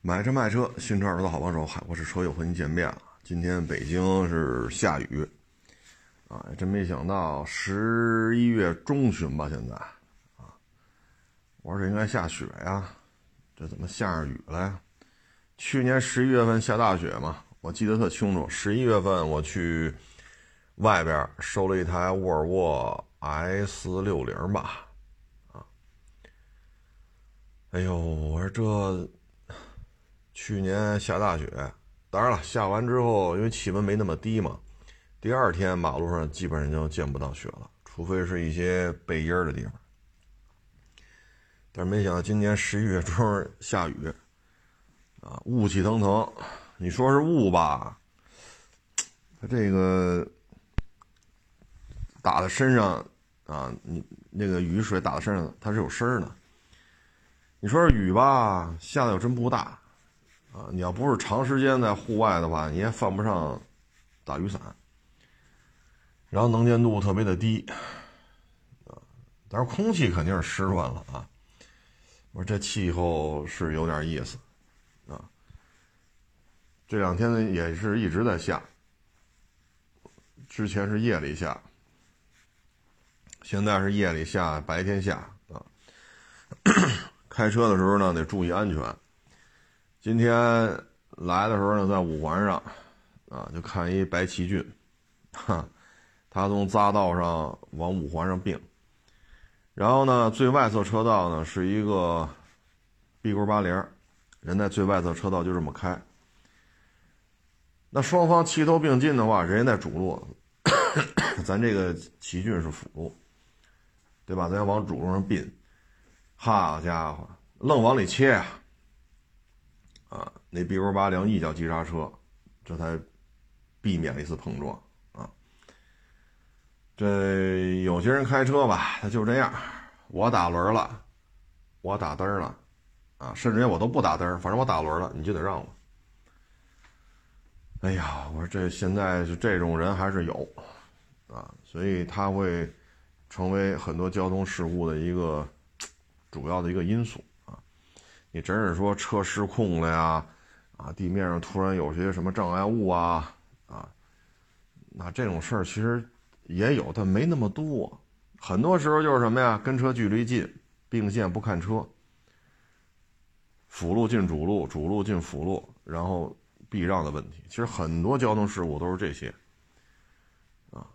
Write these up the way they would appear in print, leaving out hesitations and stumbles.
买车卖车，新车二手的好帮手，我是车友和您见面了。今天北京是下雨啊，真没想到11月中旬吧，现在啊，我说这应该下雪呀，这怎么下着雨了呀？去年11月份下大雪嘛，我记得特清楚。11月份我去外边收了一台沃尔沃 S60吧，啊，哎呦，我说这去年下大雪，当然了，下完之后因为气温没那么低嘛，第二天马路上基本上就见不到雪了，除非是一些背阴的地方。但是没想到今年11月中下雨啊，雾气腾腾。你说是雾吧，它这个打在身上啊，你那个雨水打在身上它是有声的。你说是雨吧，下的又真不大啊，你要不是长时间在户外的话，你也犯不上打雨伞。然后能见度特别的低啊，但是空气肯定是湿润了啊。我说这气候是有点意思啊。这两天呢也是一直在下，之前是夜里下，现在是夜里下，白天下啊。开车的时候呢得注意安全。今天来的时候呢，在五环上啊，就看一白奇骏，他从匝道上往五环上并，然后呢，最外侧车道呢是一个 B 勾80，人在最外侧车道就这么开。那双方齐头并进的话，人家在主路，咱这个奇骏是辅路，对吧？咱要往主路上并，好家伙，愣往里切啊！那 B 勾80一脚急刹车，这才避免了一次碰撞啊。这有些人开车吧，他就这样，我打轮了，我打灯了啊，甚至我都不打灯，反正我打轮了，你就得让我。哎呀，我说这现在就这种人还是有啊，所以他会成为很多交通事故的一个主要的一个因素啊。你真是说车失控了呀，啊，地面上突然有些什么障碍物啊，那这种事儿其实也有，但没那么多。很多时候就是什么呀，跟车距离近，并线不看车，辅路进主路，主路进辅路，然后避让的问题。其实很多交通事故都是这些啊。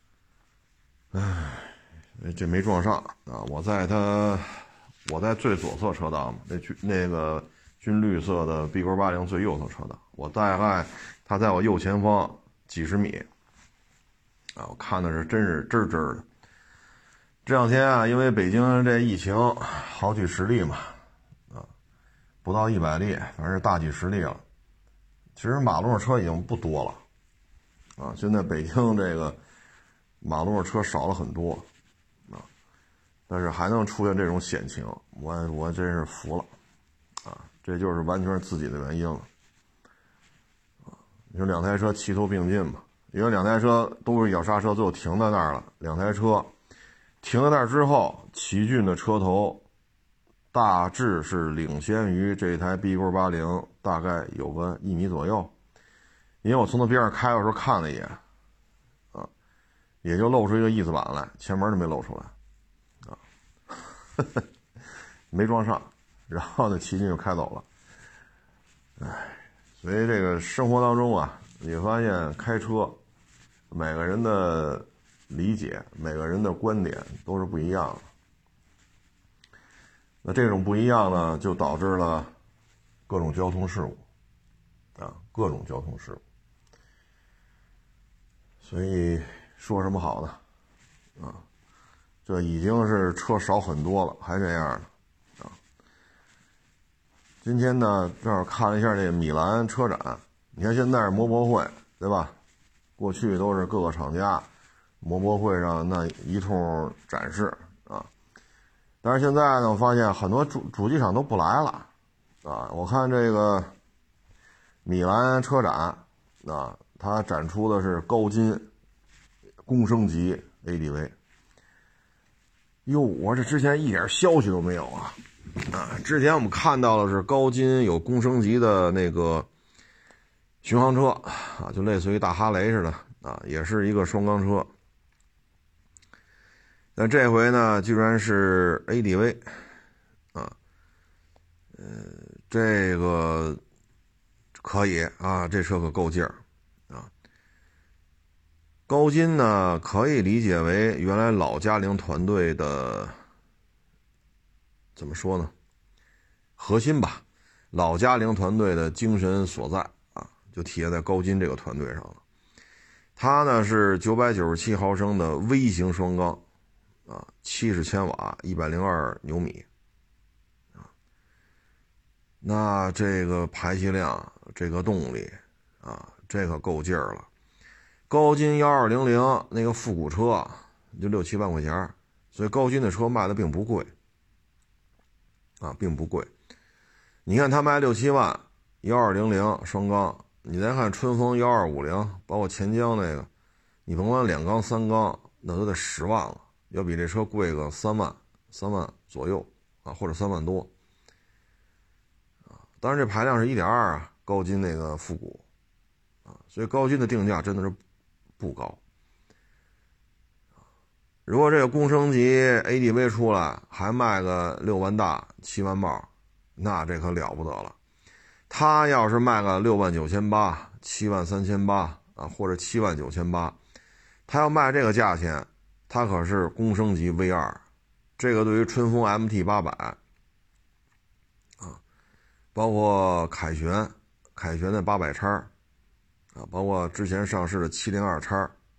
这没撞上啊，我在最左侧车道嘛，那个军绿色的 B 勾80最右侧车道，我大概他在我右前方几十米啊，我看的是真是真的。这两天啊，因为北京这疫情好几十例嘛，啊，不到100例，反正是大几十例了。其实马路上车已经不多了啊，现在北京这个马路上车少了很多啊，但是还能出现这种险情，我真是服了啊！这就是完全是自己的原因了啊！你说两台车齐头并进嘛，因为两台车都是一脚刹车，最后停在那儿了。两台车停在那儿之后，奇骏的车头大致是领先于这台 B 勾80，大概有个1米左右。因为我从那边上开的时候看了一眼，啊，也就露出一个翼子板来，前门都没露出来，啊，没撞上，然后呢，奇骏就开走了。哎，所以这个生活当中啊，你发现开车，每个人的理解、每个人的观点都是不一样的。那这种不一样呢，就导致了各种交通事故啊，各种交通事故。所以说什么好呢？啊，这已经是车少很多了，还这样呢啊。今天呢，正好看了一下这个米兰车展，你看现在是摩博会，对吧？过去都是各个厂家摩博会上那一通展示啊。但是现在呢，我发现很多主机厂都不来了啊！我看这个米兰车展啊，它展出的是高金公升级 ADV。哟，我这之前一点消息都没有啊！ 之前我们看到的是高金有工升级的那个巡航车啊，就类似于大哈雷似的啊，也是一个双缸车。那这回呢，居然是 ADV 啊，这个可以啊，这车可够劲儿啊。高金呢，可以理解为原来老嘉陵团队的，怎么说呢？核心吧，老嘉陵团队的精神所在啊，就体现在高金这个团队上了。它呢是997毫升的微型双缸啊，70千瓦，102牛米啊。那这个排气量，这个动力啊，这可够劲儿了。高金1200那个复古车就6、7万块钱，所以高金的车卖的并不贵啊，并不贵。你看他卖6、7万，1200双缸，你再看春风1250，包括钱江那个，你甭管2缸3缸，那都得10万了，要比这车贵个3万左右啊，或者3万多啊。当然这排量是 1.2 啊，高金那个复古啊，所以高金的定价真的是不高。如果这个工升级 ADV 出来还卖个6万大7万帽，那这可了不得了。他要是卖个69800、73800啊，或者79800，他要卖这个价钱，他可是工升级 V2， 这个对于春风 MT800 啊，包括凯旋的800叉啊，包括之前上市的702叉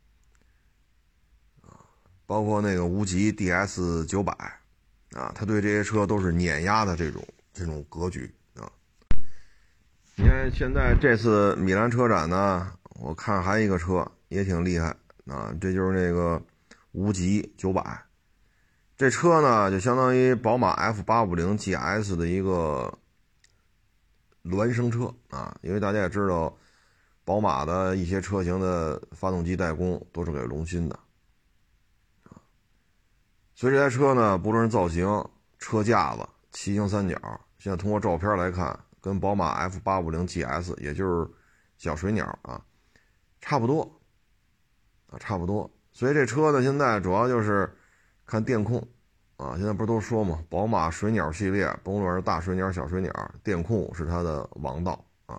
啊，包括那个无极 DS900啊，他对这些车都是碾压的这种格局啊。你看现在这次米兰车展呢，我看还有一个车也挺厉害啊，这就是那个无极900。这车呢就相当于宝马 F850 GS 的一个孪生车啊，因为大家也知道宝马的一些车型的发动机代工都是给龙芯的啊，所以这台车呢，不论是造型、车架子、骑行三角，现在通过照片来看，跟宝马 F850 GS 也就是小水鸟啊差不多啊，差不多。所以这车呢，现在主要就是看电控啊，现在不是都说嘛，宝马水鸟系列，甭管是大水鸟、小水鸟，电控是它的王道啊。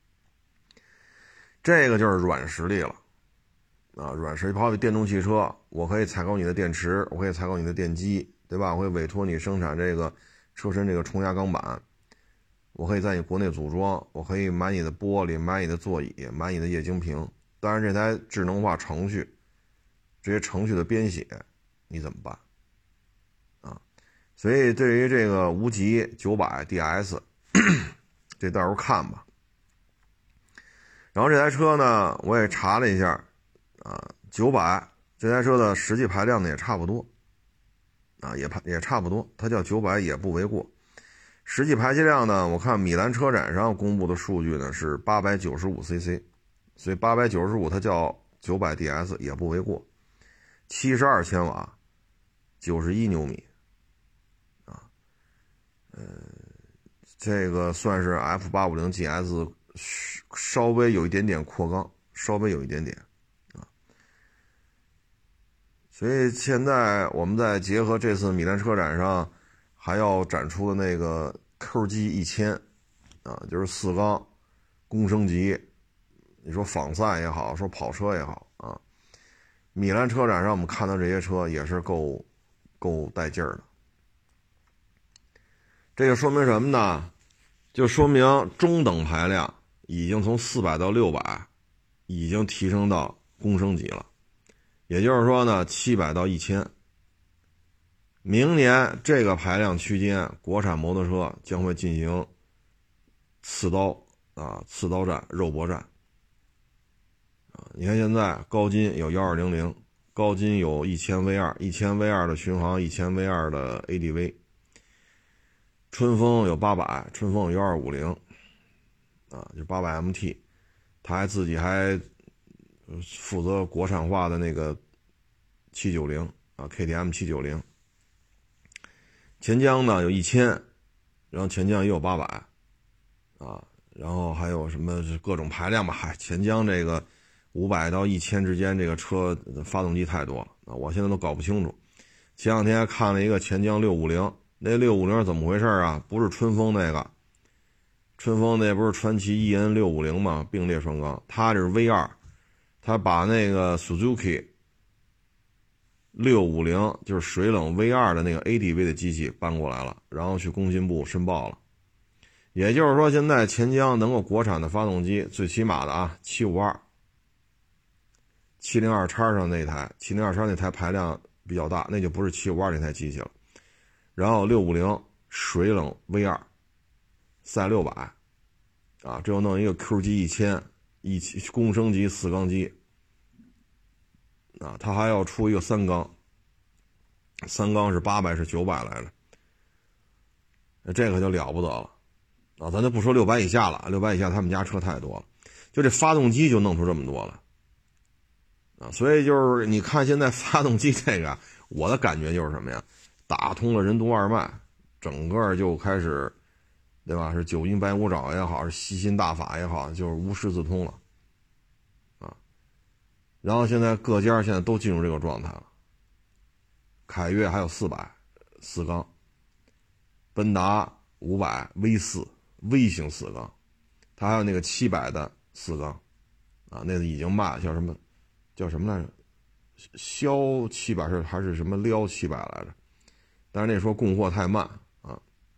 这个就是软实力了啊，软实力，好比电动汽车，我可以采购你的电池，我可以采购你的电机，对吧？我会委托你生产这个车身这个冲压钢板，我可以在你国内组装，我可以买你的玻璃，买你的座椅，买你的液晶屏。当然这台智能化程序，这些程序的编写你怎么办啊？所以对于这个无极900 DS 这到时候看吧。然后这台车呢，我也查了一下啊，900这台车的实际排量呢也差不多啊，也差不多，它叫900也不为过。实际排气量呢，我看米兰车展上公布的数据呢是895cc， 所以895它叫900 DS 也不为过。72千瓦，91牛米啊，这个算是 F850 GS 稍微有一点点扩缸，稍微有一点点啊。所以现在我们再结合这次米兰车展上还要展出的那个 QG 1000啊，就是4缸工升级，你说仿赛也好，说跑车也好啊，米兰车展上我们看到这些车也是够带劲儿的。这个说明什么呢？就说明中等排量已经从400到600已经提升到工升级了，也就是说呢700到1000。明年这个排量区间，国产摩托车将会进行刺刀战、肉搏战啊！你看现在高金有1200，高金有1000 V2，1000 V2 的巡航，1000 V2 的 ADV。春风有800，春风有1250啊，就800MT， 他自己还负责国产化的那个790啊 ，KTM 790。钱江呢有1000 然后钱江也有800啊，然后还有什么各种排量吧。嗨，钱江这个500到1000之间，这个车发动机太多了啊，我现在都搞不清楚。前两天还看了一个钱江650，那650怎么回事啊？不是春风那个，春风那不是传祺EN 650吗？并列双缸，它这是 V2， 它把那个 Suzuki 650就是水冷 V2 的那个 ADV 的机器搬过来了，然后去工信部申报了。也就是说，现在钱江能够国产的发动机，最起码的啊，752、702叉上那台，702叉那台排量比较大，那就不是752那台机器了。然后650水冷 V2 赛600啊，这又弄一个 QG 1000公升级4缸机啊，它还要出一个3缸，3缸是800是900来着，这个就了不得了啊！咱就不说600以下了，600以下他们家车太多了，就这发动机就弄出这么多了啊！所以就是你看现在发动机这个，我的感觉就是什么呀？打通了任督二脉，整个就开始，对吧？是9阴白骨爪也好，是吸心大法也好，就是无师自通了啊！然后现在各家现在都进入这个状态了，凯越还有400 4缸，奔达500 V4 微型4缸，它还有那个700的4缸啊，那个已经卖叫什么来着？销700还是什么撩700来着？但是那时候供货太慢啊，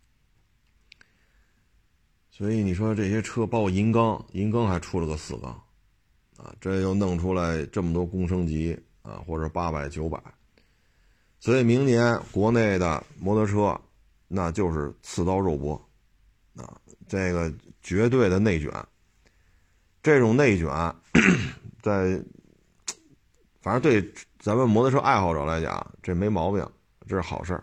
所以你说这些车包括银钢还出了个4缸啊，这又弄出来这么多公升级啊，或者800、900，所以明年国内的摩托车那就是刺刀肉搏啊，这个绝对的内卷。这种内卷在反正对咱们摩托车爱好者来讲，这没毛病，这是好事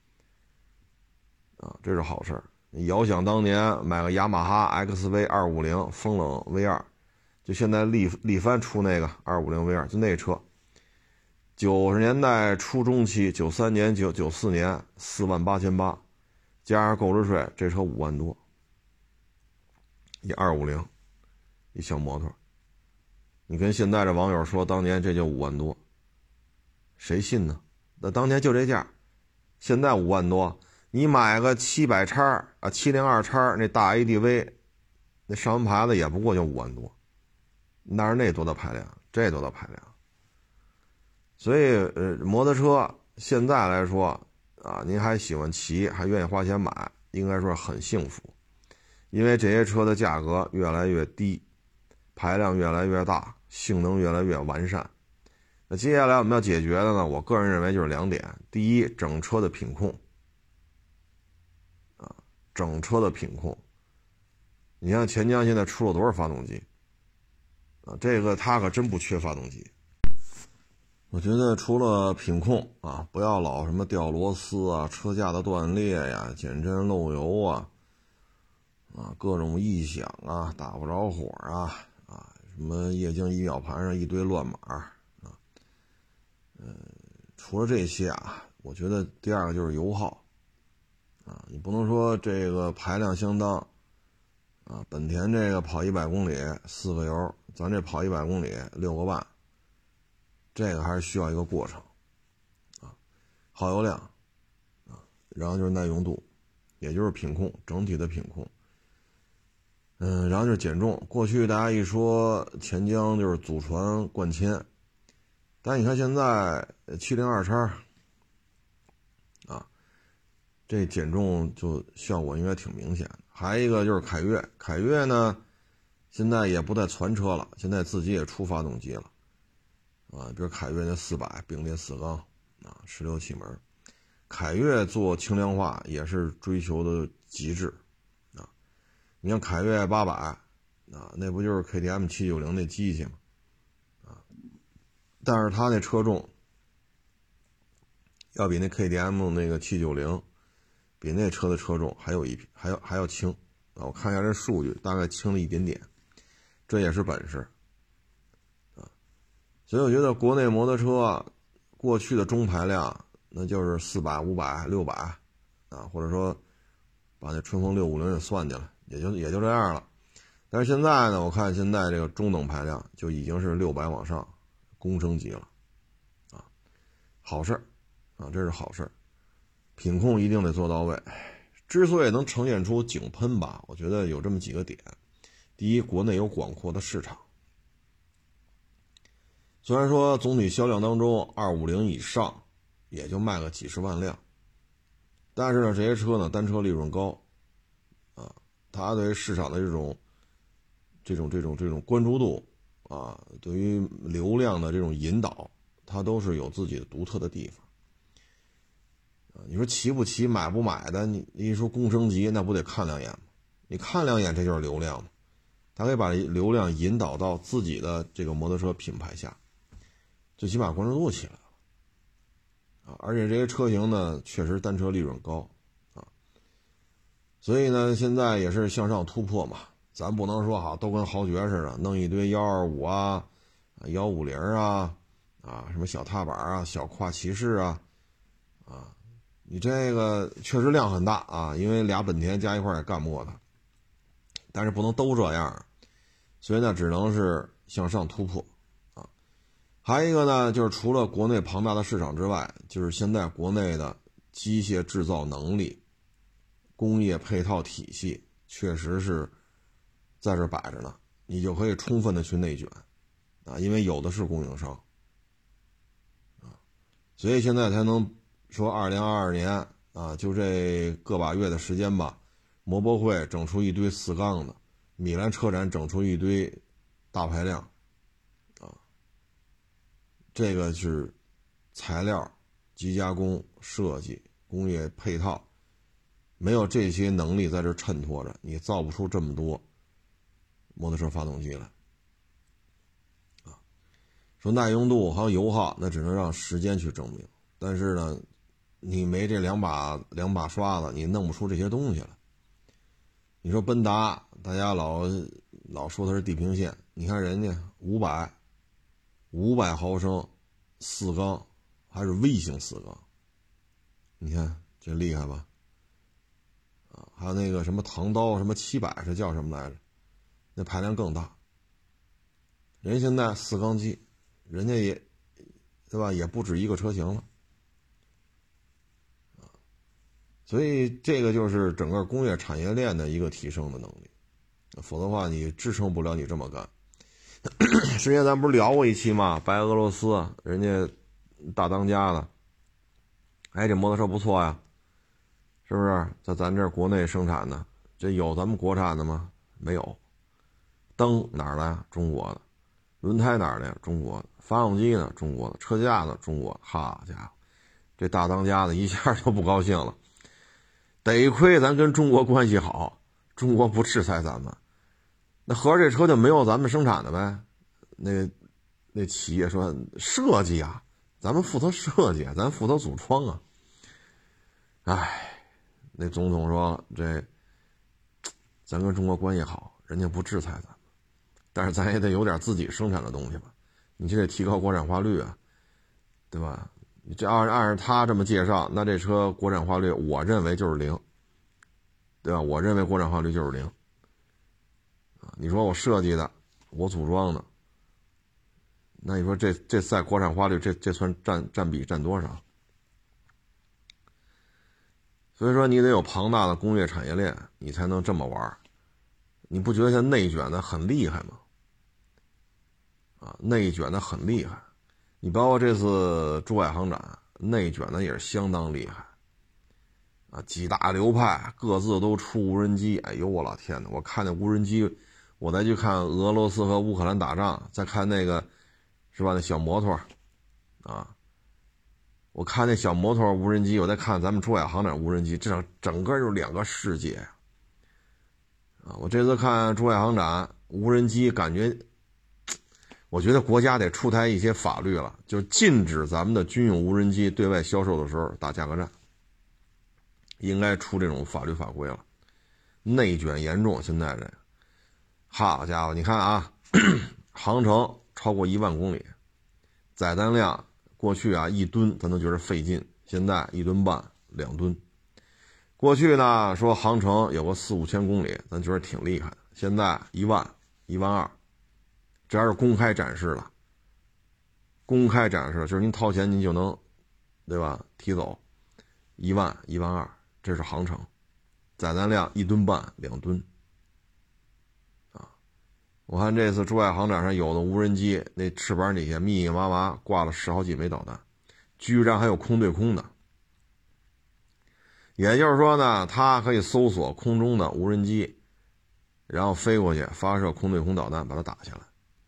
啊，这是好事。你遥想当年买个雅马哈 XV 250风冷 V2， 就现在力帆出那个250 V2， 就那车90年代初中期93年94年48800，加上购置税，这车5万多，一250一小摩托。你跟现在的网友说当年这就5万多，谁信呢？那当年就这价，现在5万多，你买个700叉啊702叉那大 ADV， 那上完牌子也不过就5万多，那是那多大排量，这多大排量。所以摩托车现在来说啊，您还喜欢骑，还愿意花钱买，应该说很幸福，因为这些车的价格越来越低，排量越来越大，性能越来越完善。那接下来我们要解决的呢，我个人认为就是2点。第一，整车的品控啊，整车的品控。你像钱江现在出了多少发动机啊？这个他可真不缺发动机。我觉得除了品控啊，不要老什么掉螺丝啊、车架的断裂呀、减震漏油啊、各种异响啊、打不着火啊、什么液晶仪表盘上一堆乱码啊，除了这些啊，我觉得第二个就是油耗啊，你不能说这个排量相当啊，本田这个跑100公里4个油，咱这跑100公里6个半。这个还是需要一个过程啊，耗油量啊，然后就是耐用度，也就是品控，整体的品控。然后就是减重。过去大家一说钱江就是祖传贯铅，但你看现在702叉啊，这减重就效果应该挺明显的。还一个就是凯越呢，现在也不再传车了，现在自己也出发动机了。比如凯越那400并列4缸啊，16气门，凯越做轻量化也是追求的极致啊。你像凯越800啊，那不就是 KTM 790那机器吗？啊，但是它那车重要比那 KTM 那个790比那车的车重还要轻啊。我看一下这数据，大概轻了一点点，这也是本事。所以我觉得国内摩托车过去的中排量那就是400、500、600啊，或者说把那春风650也算进来，也就这样了。但是现在呢，我看现在这个中等排量就已经是600往上，工升级了，啊，好事啊，这是好事。品控一定得做到位。之所以能呈现出井喷吧，我觉得有这么几个点。第一，国内有广阔的市场。虽然说总体销量当中250以上也就卖个几十万辆，但是呢，这些车呢单车利润高，啊，它对于市场的这种关注度啊，对于流量的这种引导，它都是有自己的独特的地方。你说骑不骑买不买的，你一说工升级那不得看两眼吗？你看两眼这就是流量嘛，它可以把流量引导到自己的这个摩托车品牌下，最起码关注度起来了啊！而且这些车型呢确实单车利润高啊，所以呢现在也是向上突破嘛，咱不能说好都跟豪爵似的弄一堆125啊、150啊、什么小踏板啊、小跨骑士啊，你这个确实量很大啊，因为俩本田加一块也干不过它，但是不能都这样，所以呢只能是向上突破啊。还有一个呢，就是除了国内庞大的市场之外，就是现在国内的机械制造能力、工业配套体系确实是在这摆着呢，你就可以充分的去内卷啊，因为有的是供应商啊，所以现在才能说2022年啊，就这个把月的时间吧，摩博会整出一堆4缸的，米兰车展整出一堆大排量啊，这个是材料、机加工、设计、工业配套，没有这些能力在这衬托着，你造不出这么多摩托车发动机来啊。说耐用度还有油耗，那只能让时间去证明，但是呢你没这两把刷子，你弄不出这些东西来。你说奔达，大家老说它是地平线，你看人家500毫升4缸，还是 V 型4缸，你看这厉害吧？啊，还有那个什么唐刀什么700是叫什么来着？那排量更大。人现在4缸机，人家也对吧？也不止一个车型了。所以这个就是整个工业产业链的一个提升的能力，否则的话你支撑不了你这么干。之前咱不是聊过一期吗？白俄罗斯人家大当家的，哎，这摩托车不错呀，是不是？在咱这国内生产的，这有咱们国产的吗？没有。灯哪儿来？中国的。轮胎哪儿来？中国的。发动机呢？中国的。车架呢？中国的。好家伙，这大当家的一下就不高兴了。得亏咱跟中国关系好，中国不制裁咱们，那合着这车就没有咱们生产的呗？那企业说设计啊，咱们负责设计，咱负责组装啊。哎，那总统说这咱跟中国关系好，人家不制裁咱们，但是咱也得有点自己生产的东西吧？你就得提高国产化率啊，对吧？你这按照他这么介绍，那这车国产化率我认为就是0，对吧？我认为国产化率就是0。你说我设计的，我组装的，那你说这在国产化率这算占比占多少？所以说你得有庞大的工业产业链，你才能这么玩。你不觉得现在内卷的很厉害吗？啊，内卷的很厉害。你包括这次珠海航展，内卷的也是相当厉害啊！几大流派各自都出无人机，哎呦我老天哪！我看那无人机，我再去看俄罗斯和乌克兰打仗，再看那个是吧？那小摩托啊，我看那小摩托无人机，我再看咱们珠海航展无人机，这整个就是2个世界啊！我这次看珠海航展无人机，感觉。我觉得国家得出台一些法律了，就禁止咱们的军用无人机对外销售的时候打价格战，应该出这种法律法规了。内卷严重，现在这好家伙，你看啊，航程超过1万公里，载弹量过去啊1吨咱都觉得费劲，现在1吨半2吨。 过去呢说航程有个4、5千公里，咱觉得挺厉害的。现在1万、1万2，这要是公开展示了，公开展示就是您掏钱您就能，对吧？提走1万、1万2，这是航程，载弹量1吨半、2吨。我看这次珠海航展上有的无人机，那翅膀底下密密麻麻挂了10好几枚导弹，居然还有空对空的。也就是说呢，它可以搜索空中的无人机，然后飞过去发射空对空导弹把它打下来。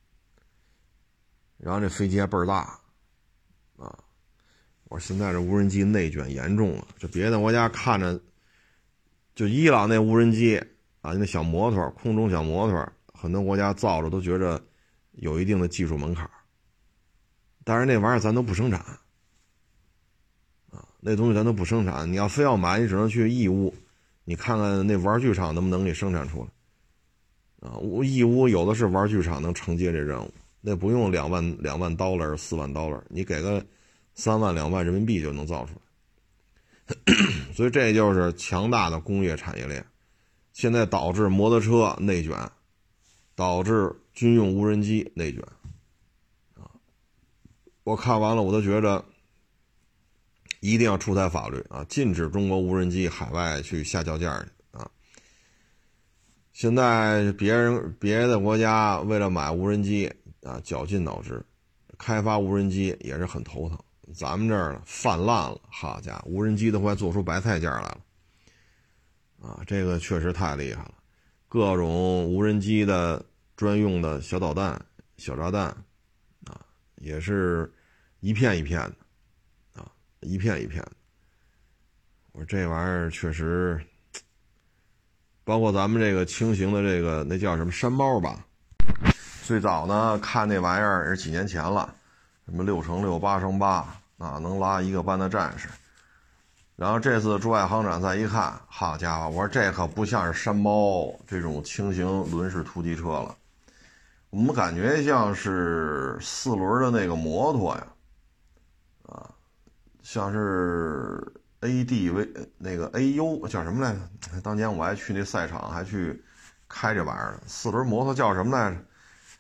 然后这飞机还倍儿大啊！我说现在这无人机内卷严重了，这别的国家看着，就伊朗那无人机啊，那小摩托，空中小摩托，很多国家造着都觉着有一定的技术门槛，但是那玩意儿咱都不生产啊，那东西咱都不生产。你要非要买，你只能去义乌，你看看那玩具厂能不能给生产出来啊？义乌有的是玩具厂能承接这任务，那不用2万$、4万$，你给个3万、2万人民币就能造出来。所以这就是强大的工业产业链，现在导致摩托车内卷，导致军用无人机内卷啊！我看完了我都觉得一定要出台法律啊，禁止中国无人机海外去下叫价去啊！现在别的国家为了买无人机啊绞尽脑汁，开发无人机也是很头疼。咱们这儿呢泛滥了，好家伙，无人机都快做出白菜价来了啊！这个确实太厉害了，各种无人机的专用的小导弹、小炸弹啊，也是一片一片的啊，一片一片的。我说这玩意儿确实，包括咱们这个轻型的这个那叫什么山猫吧，最早呢看那玩意儿是几年前了，什么6×6、8×8啊，能拉1个班的战士。然后这次珠海航展再一看，好家伙，我说这可不像是山猫这种轻型轮式突击车了，我们感觉像是4轮的那个摩托呀，啊，像是 ADV 那个 AU 叫什么来着？当年我还去那赛场还去开这玩意儿，4轮摩托叫什么来着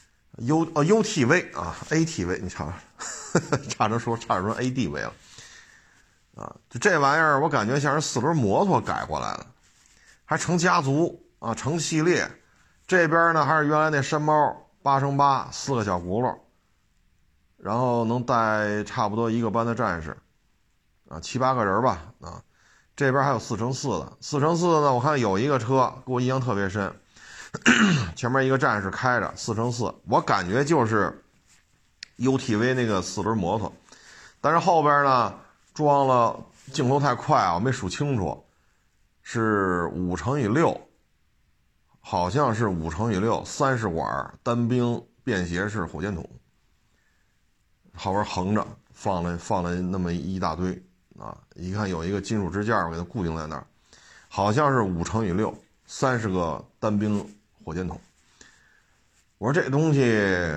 ？UTV 啊 ，ATV， 你瞧，差点说 ADV 了。啊，就这玩意儿，我感觉像是4轮摩托改过来了，还成家族啊，成系列。这边呢还是原来那山猫8×8 4个小轱辘，然后能带差不多1个班的战士，啊，7、8个人吧，啊，这边还有4×4的，4×4的呢，我看有一个车给我印象特别深，前面一个战士开着4×4，我感觉就是 UTV 那个4轮摩托，但是后边呢。装了镜头太快啊，我没数清楚，是5×6，好像是5×6 30管单兵便携式火箭筒，后边横着放了那么一大堆啊，一看有一个金属支架，我给它固定在那儿，好像是5×6 30个单兵火箭筒。我说这东西，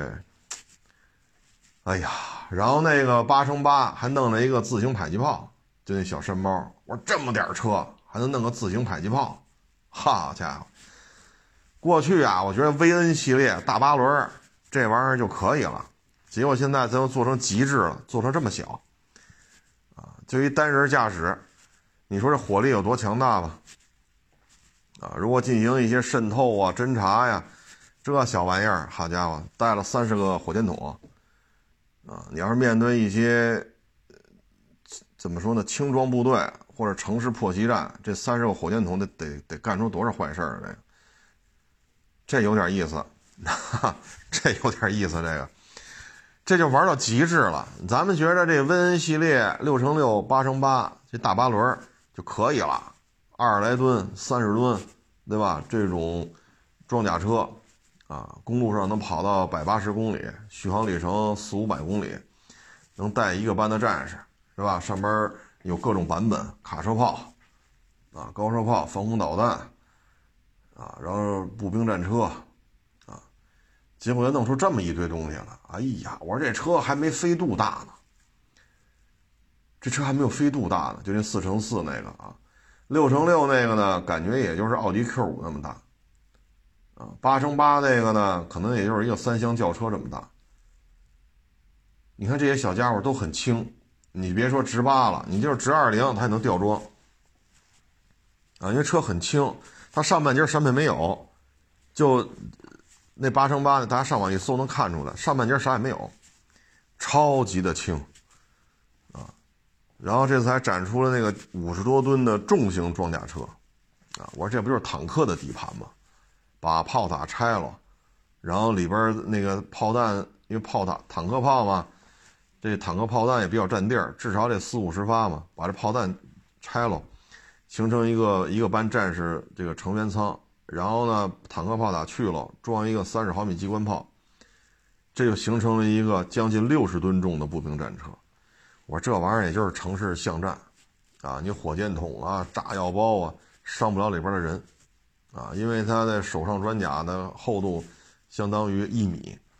哎呀。然后那个8×8还弄了一个自行迫击炮，就那小山猫。我说这么点车还能弄个自行迫击炮，好家伙！过去啊，我觉得 VN 系列大8轮这玩意儿就可以了，结果现在咱又做成极致了，做成这么小啊，就一单人驾驶，你说这火力有多强大吧？啊，如果进行一些渗透啊、侦察呀，这小玩意儿，好家伙，带了30个火箭筒。啊，你要是面对一些怎么说呢，轻装部队或者城市破袭战，这30个火箭筒得干出多少坏事啊？这有点意思，这有点意思，这就玩到极致了。咱们觉得这 VN 系列6×6、8×8这大8轮就可以了，20来吨、30吨，对吧？这种装甲车。啊，公路上能跑到180公里，续航里程400-500公里，能带1个班的战士，是吧？上边有各种版本，卡车炮，啊，高射炮、防空导弹，啊，然后步兵战车，啊，结果又弄出这么一堆东西了。哎呀，我说这车还没飞度大呢，这车还没有飞度大呢，就那4×4那个啊， 6×6那个呢，感觉也就是奥迪 Q5 那么大啊，8×8那个呢，可能也就是一个3厢轿车这么大。你看这些小家伙都很轻，你别说直8了，你就是直20，它也能吊装啊，因为车很轻，它上半截闪配没有，就那8×8的，大家上网一搜能看出来，上半截啥也没有，超级的轻啊。然后这次还展出了那个50多吨的重型装甲车啊，我说这不就是坦克的底盘吗？把炮塔拆了，然后里边那个炮弹，因为坦克炮嘛，这坦克炮弹也比较占地儿，至少得40-50发嘛，把这炮弹拆了，形成一个班战士这个成员舱，然后呢坦克炮塔去了，装一个30毫米机关炮，这就形成了一个将近60吨重的步兵战车。我说这玩意儿也就是城市巷战啊，你火箭筒啊、炸药包啊，伤不了里边的人啊，因为它的手上装甲的厚度相当于1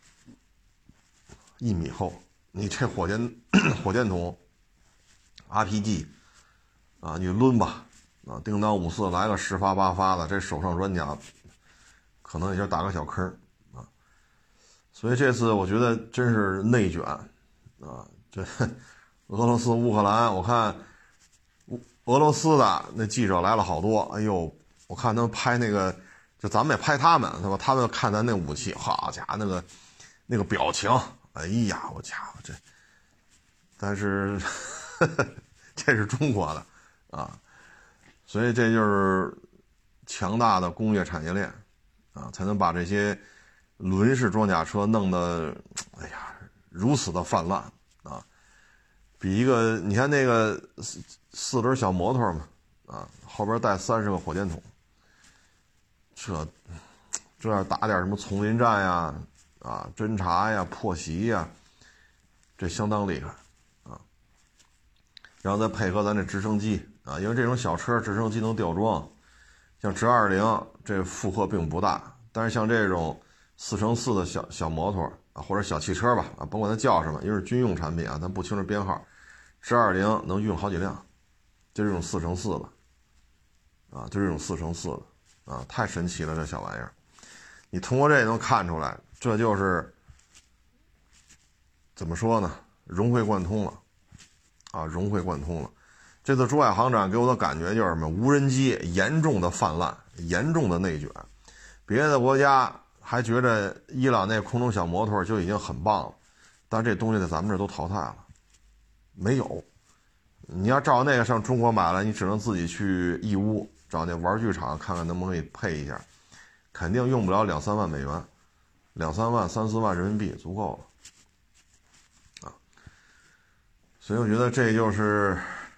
米厚，你这火箭筒 RPG 啊，你抡吧啊，叮当54来个10发8发的，这手上装甲可能也就打个小坑啊。所以这次我觉得真是内卷啊，这俄罗斯乌克兰，我看俄罗斯的那记者来了好多，哎呦，我看他们拍那个，就咱们也拍他们，对吧？他们看咱那武器，好家伙，那个表情，哎呀，我家伙这，但是这是中国的啊，所以这就是强大的工业产业链啊，才能把这些轮式装甲车弄得，哎呀，如此的泛滥啊。比一个，你看那个四轮小摩托嘛，啊，后边带30个火箭筒，这要打点什么丛林战呀，啊，侦察呀、破袭呀，这相当厉害啊。然后再配合咱这直升机啊，因为这种小车直升机能吊装，像直20这负荷并不大，但是像这种4×4的小摩托啊，或者小汽车吧，啊，甭管它叫什么，因为是军用产品啊，咱不清楚编号。直20能运好几辆，就这种4×4的，啊，就这种4×4的，啊，太神奇了这小玩意儿。你通过这也能看出来，这就是怎么说呢？融会贯通了，啊，融会贯通了。这次珠海航展给我的感觉就是什么？无人机严重的泛滥，严重的内卷。别的国家还觉得伊朗那空中小摩托就已经很棒了，但这东西在咱们这都淘汰了。没有，你要照那个上中国买了，你只能自己去义乌找那玩具厂看看能不能给配一下，肯定用不了2-3万美元，2-3万、3-4万人民币足够了啊。所以我觉得这就是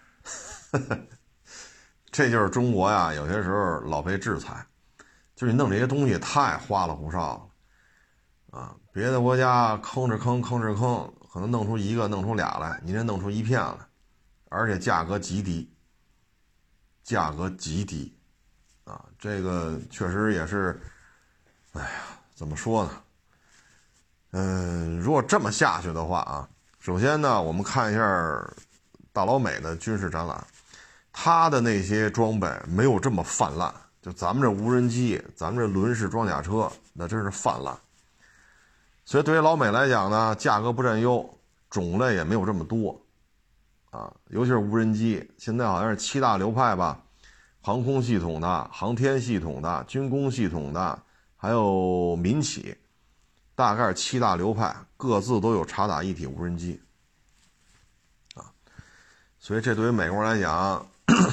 这就是中国呀，有些时候老被制裁，就是你弄这些东西太花里胡哨了啊。别的国家吭哧吭，可能弄出一个弄出俩来，你这弄出一片来，而且价格极低啊，这个确实也是，哎呀，怎么说呢？如果这么下去的话啊，首先呢，我们看一下大老美的军事展览，他的那些装备没有这么泛滥，就咱们这无人机，咱们这轮式装甲车，那真是泛滥。所以对于老美来讲呢，价格不占优，种类也没有这么多啊，尤其是无人机，现在好像是7大流派吧，航空系统的、航天系统的、军工系统的，还有民企，大概是7大流派，各自都有察打一体无人机啊，所以这对于美国人来讲，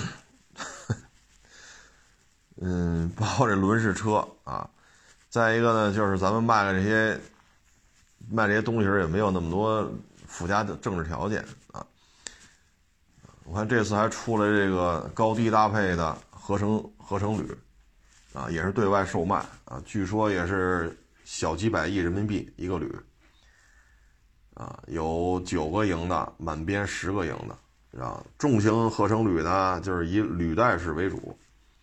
包括这轮式车啊，再一个呢，就是咱们卖这些东西也没有那么多附加的政治条件啊。我看这次还出了这个高低搭配的合成铝啊，也是对外售卖啊，据说也是小几百亿人民币一个铝啊，有9个营的，满编10个营的啊。重型合成铝呢，就是以履带式为主，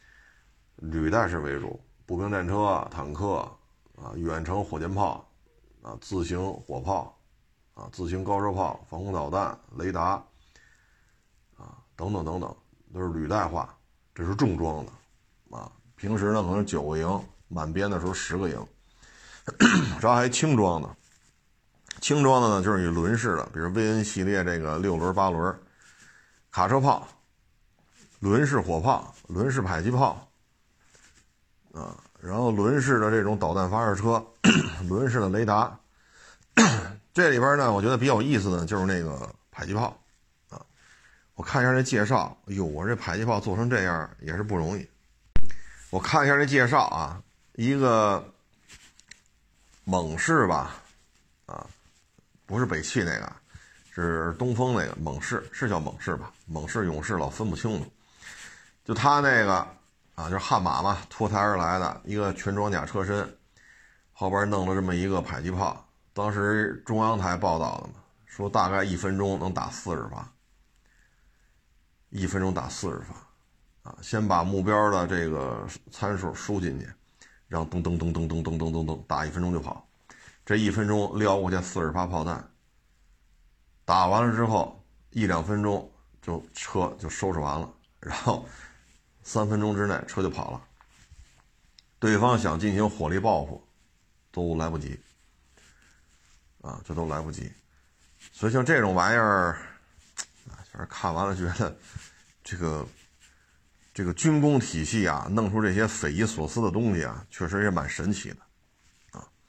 步兵战车、坦克啊，远程火箭炮啊，自行火炮啊，自行高射炮、防空导弹、雷达啊，等等，都是履带化。 这是重装的啊。平时呢可能9个营，满编的时候10个营。然后还轻装的，轻装的呢就是以轮式的，比如威恩系列这个6轮8轮卡车炮、轮式火炮、轮式迫击炮啊，然后轮式的这种导弹发射车、轮式的雷达。这里边呢我觉得比较有意思的就是那个迫击炮啊，我看一下这介绍，哎呦，我这迫击炮做成这样也是不容易。我看一下这介绍啊，一个猛士吧，啊，不是北汽那个，是东风那个猛士，是叫猛士吧？猛士勇士老分不清楚。就他那个啊，就是悍马嘛，脱胎而来的一个全装甲车身，后边弄了这么一个迫击炮。当时中央台报道的嘛，说大概1分钟能打40发，1分钟打40发，啊，先把目标的这个参数输进去，让噔噔噔噔噔噔噔噔噔打1分钟就跑，这1分钟撩过去40发炮弹，打完了之后1、2分钟就车就收拾完了，然后3分钟之内车就跑了，对方想进行火力报复都来不及。啊，这都来不及，所以像这种玩意儿，反正看完了觉得这个军工体系啊，弄出这些匪夷所思的东西啊，确实也蛮神奇的啊。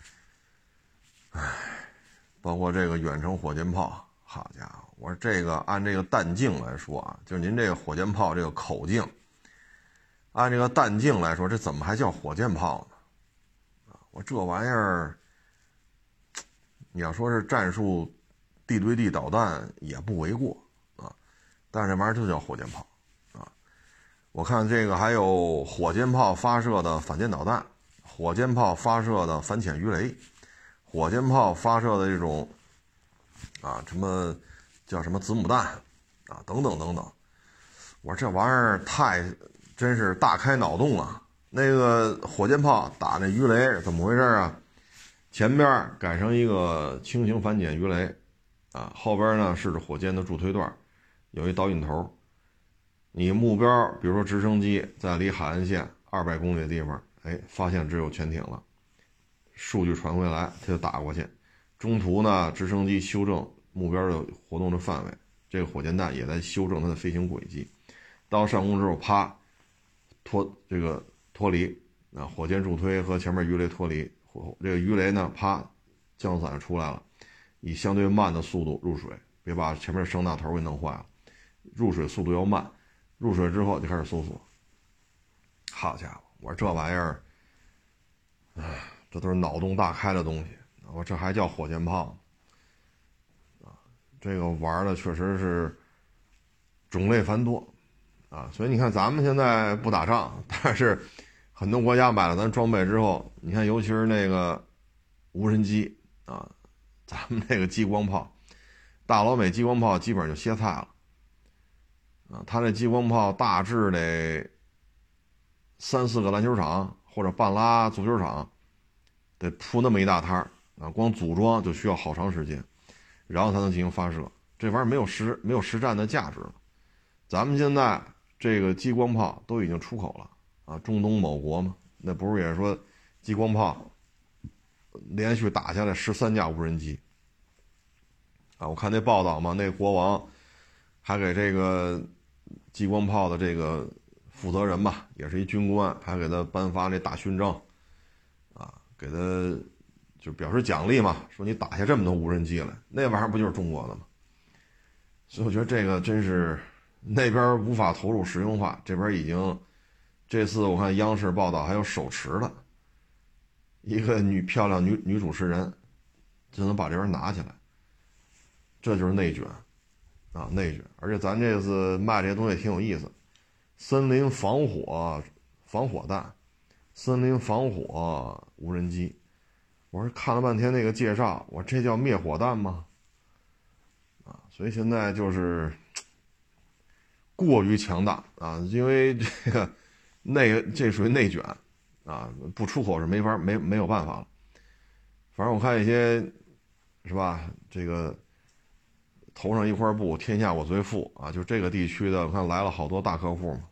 包括这个远程火箭炮，好家伙，我说这个按这个弹径来说啊，就是您这个火箭炮这个口径，按这个弹径来说，这怎么还叫火箭炮呢？啊，我这玩意儿。你要说是战术地对地导弹也不为过啊，但是这玩意儿就叫火箭炮啊。我看这个还有火箭炮发射的反舰导弹，火箭炮发射的反潜鱼雷，火箭炮发射的这种啊什么叫什么子母弹啊等等等等。我说这玩意儿真是大开脑洞啊！那个火箭炮打那鱼雷怎么回事啊？前边改成一个轻型反潜鱼雷啊，后边呢是火箭的助推段，有一导引头。你目标比如说直升机在离海岸线200公里的地方，哎，发现只有潜艇了，数据传回来它就打过去，中途呢直升机修正目标的活动的范围，这个火箭弹也在修正它的飞行轨迹，到上空之后啪脱离啊，火箭助推和前面鱼雷脱离，这个鱼雷呢啪降伞出来了，以相对慢的速度入水，别把前面的声纳头给弄坏了，入水速度要慢，入水之后就开始搜索。好家伙，我说这玩意儿，这都是脑洞大开的东西，我这还叫火箭炮啊？这个玩的确实是种类繁多啊，所以你看咱们现在不打仗，但是很多国家买了咱装备之后，你看尤其是那个无人机啊，咱们那个激光炮，大老美激光炮基本上就歇菜了啊，他这激光炮大致得3、4个篮球场或者半拉足球场得铺那么一大摊啊，光组装就需要好长时间，然后才能进行发射，这玩意儿没有实战的价值了。咱们现在这个激光炮都已经出口了啊，中东某国嘛，那不是也说激光炮连续打下来13架无人机啊？我看那报道嘛，那国王还给这个激光炮的这个负责人吧，也是一军官，还给他颁发这大勋章啊，给他就表示奖励嘛，说你打下这么多无人机来，那玩意儿不就是中国的吗？所以我觉得这个真是那边无法投入实用化，这边已经，这次我看央视报道还有手持的一个漂亮女主持人就能把这边拿起来，这就是内卷啊，内卷。而且咱这次卖这些东西挺有意思，森林防火弹，森林防火无人机。我说看了半天那个介绍，我说这叫灭火弹吗？啊，所以现在就是过于强大啊，因为这个这属于内卷啊，不出口是没有办法了。反正我看一些是吧，这个头上一块布，天下我最富啊，就这个地区的，我看来了好多大客户嘛，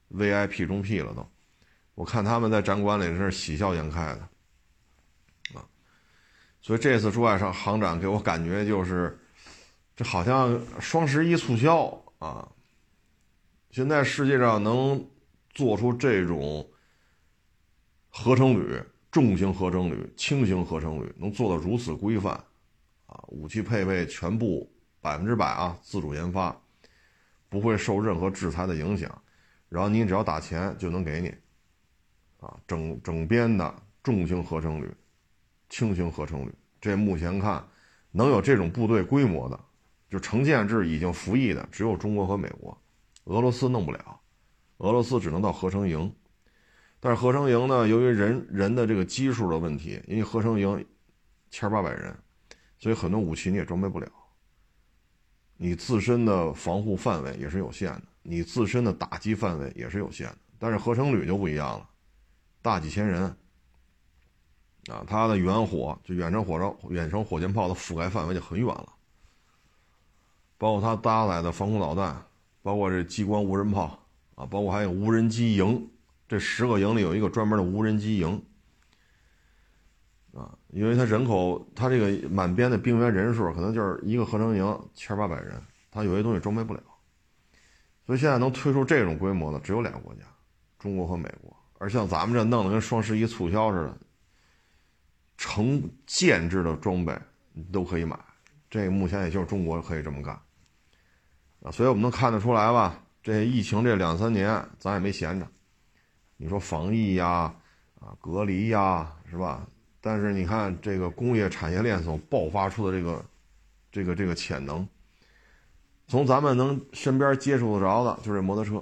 VIP 中 P 了都。我看他们在展馆里是喜笑颜开的啊。所以这次珠海上航展给我感觉就是，这好像双11促销啊。现在世界上能做出这种合成铝、重型合成铝、轻型合成铝能做到如此规范啊，武器配备全部100%啊自主研发，不会受任何制裁的影响，然后你只要打钱就能给你啊，整编的重型合成铝、轻型合成铝，这目前看能有这种部队规模的，就成建制已经服役的只有中国和美国，俄罗斯弄不了，俄罗斯只能到合成营。但是合成营呢，由于人的这个基数的问题，因为合成营1800人，所以很多武器你也装备不了，你自身的防护范围也是有限的，你自身的打击范围也是有限的。但是合成铝就不一样了，大几千人啊，它的远火就远程火箭炮的覆盖范围就很远了，包括它搭载的防空导弹，包括这激光无人炮啊，包括还有无人机营，这10个营里有一个专门的无人机营啊，因为它人口，它这个满编的兵员人数可能就是一个合成营1800人，它有些东西装备不了，所以现在能推出这种规模的只有2个国家，中国和美国。而像咱们这弄得跟双11促销似的，成建制的装备你都可以买，这个目前也就是中国可以这么干啊。所以我们能看得出来吧，这疫情这2-3年咱也没闲着，你说防疫呀啊隔离呀是吧，但是你看这个工业产业链所爆发出的这个潜能，从咱们能身边接触得着的就是摩托车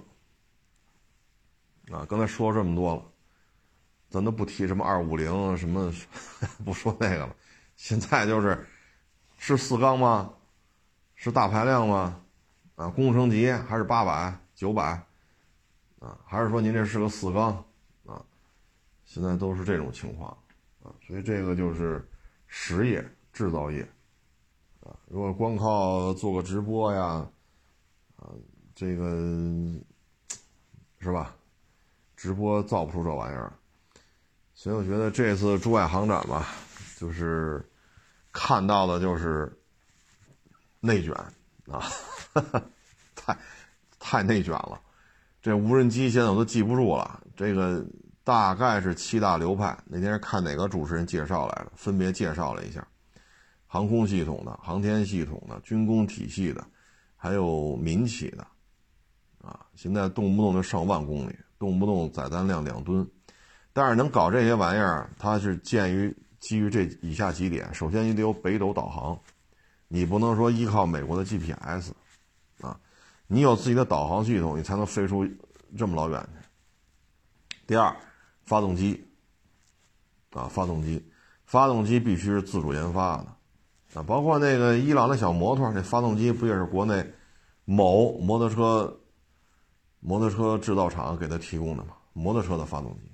啊。刚才说这么多了，咱都不提什么250什么不说那个了，现在是4缸吗？是大排量吗？啊，工程级还是800、900啊？还是说您这是个4缸啊？现在都是这种情况啊，所以这个就是实业制造业啊。如果光靠做个直播呀，啊，这个是吧？直播造不出这玩意儿。所以我觉得这次珠海航展吧，就是看到的就是内卷啊，太内卷了。这无人机现在我都记不住了，这个大概是7大流派。那天看哪个主持人介绍来了，分别介绍了一下航空系统的、航天系统的、军工体系的，还有民企的啊。现在动不动就上万公里，动不动载弹量2吨。但是能搞这些玩意儿，它是基于这以下几点。首先你得有北斗导航，你不能说依靠美国的 GPS 啊，你有自己的导航系统，你才能飞出这么老远去。第二，发动机啊，发动机必须是自主研发的啊，包括那个伊朗的小摩托，那发动机不也是国内某摩托车制造厂给他提供的吗？摩托车的发动机。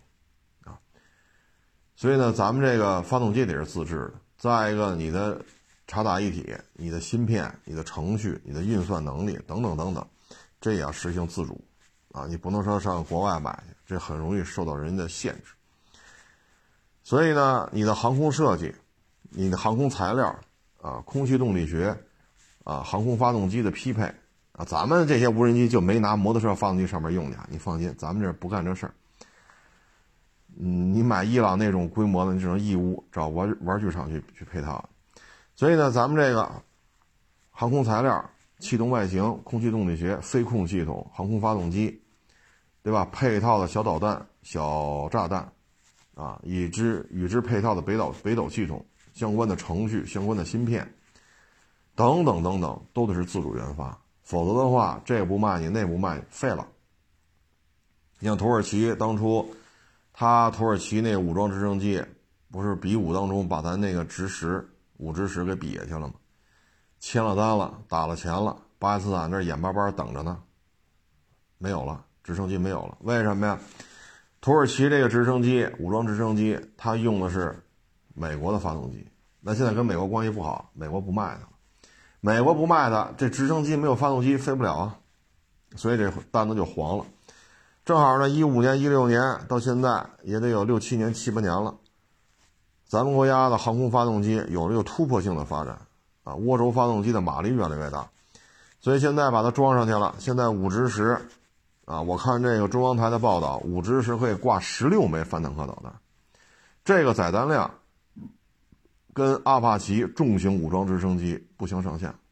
所以呢，咱们这个发动机得是自制的。再一个，你的插打一体、你的芯片、你的程序、你的运算能力等等等等，这也要实行自主啊！你不能说上国外买去，这很容易受到人的限制。所以呢，你的航空设计、你的航空材料啊、空气动力学啊、航空发动机的匹配啊，咱们这些无人机就没拿摩托车发动机上面用去，你放心，咱们这不干这事儿。你买伊朗那种规模的，你只能义乌找玩具厂去配套。所以呢，咱们这个航空材料、气动外形、空气动力学、飞控系统、航空发动机，对吧？配套的小导弹、小炸弹啊，与之配套的北斗系统、相关的程序、相关的芯片等等等等，都得是自主研发，否则的话，这不卖你，那不卖你，废了。你像土耳其当初。土耳其那个武装直升机不是比武当中把咱那个武直十给比下去了吗？签了单了，打了钱了，巴基斯坦这眼巴巴等着呢，没有了，直升机没有了。为什么呀？土耳其这个直升机武装直升机它用的是美国的发动机，那现在跟美国关系不好，美国不卖它了，美国不卖它，这直升机没有发动机飞不了啊，所以这单子就黄了。 正好呢，15年、16年到现在也得有6、7年、7、8年了。咱们国家的航空发动机有了突破性的发展啊，涡轴发动机的马力越来越大，所以现在把它装上去了。现在5直10啊，我看这个中央台的报道，5直10可以挂16枚反坦克导弹，这个载弹量跟阿帕奇重型武装直升机不相上下。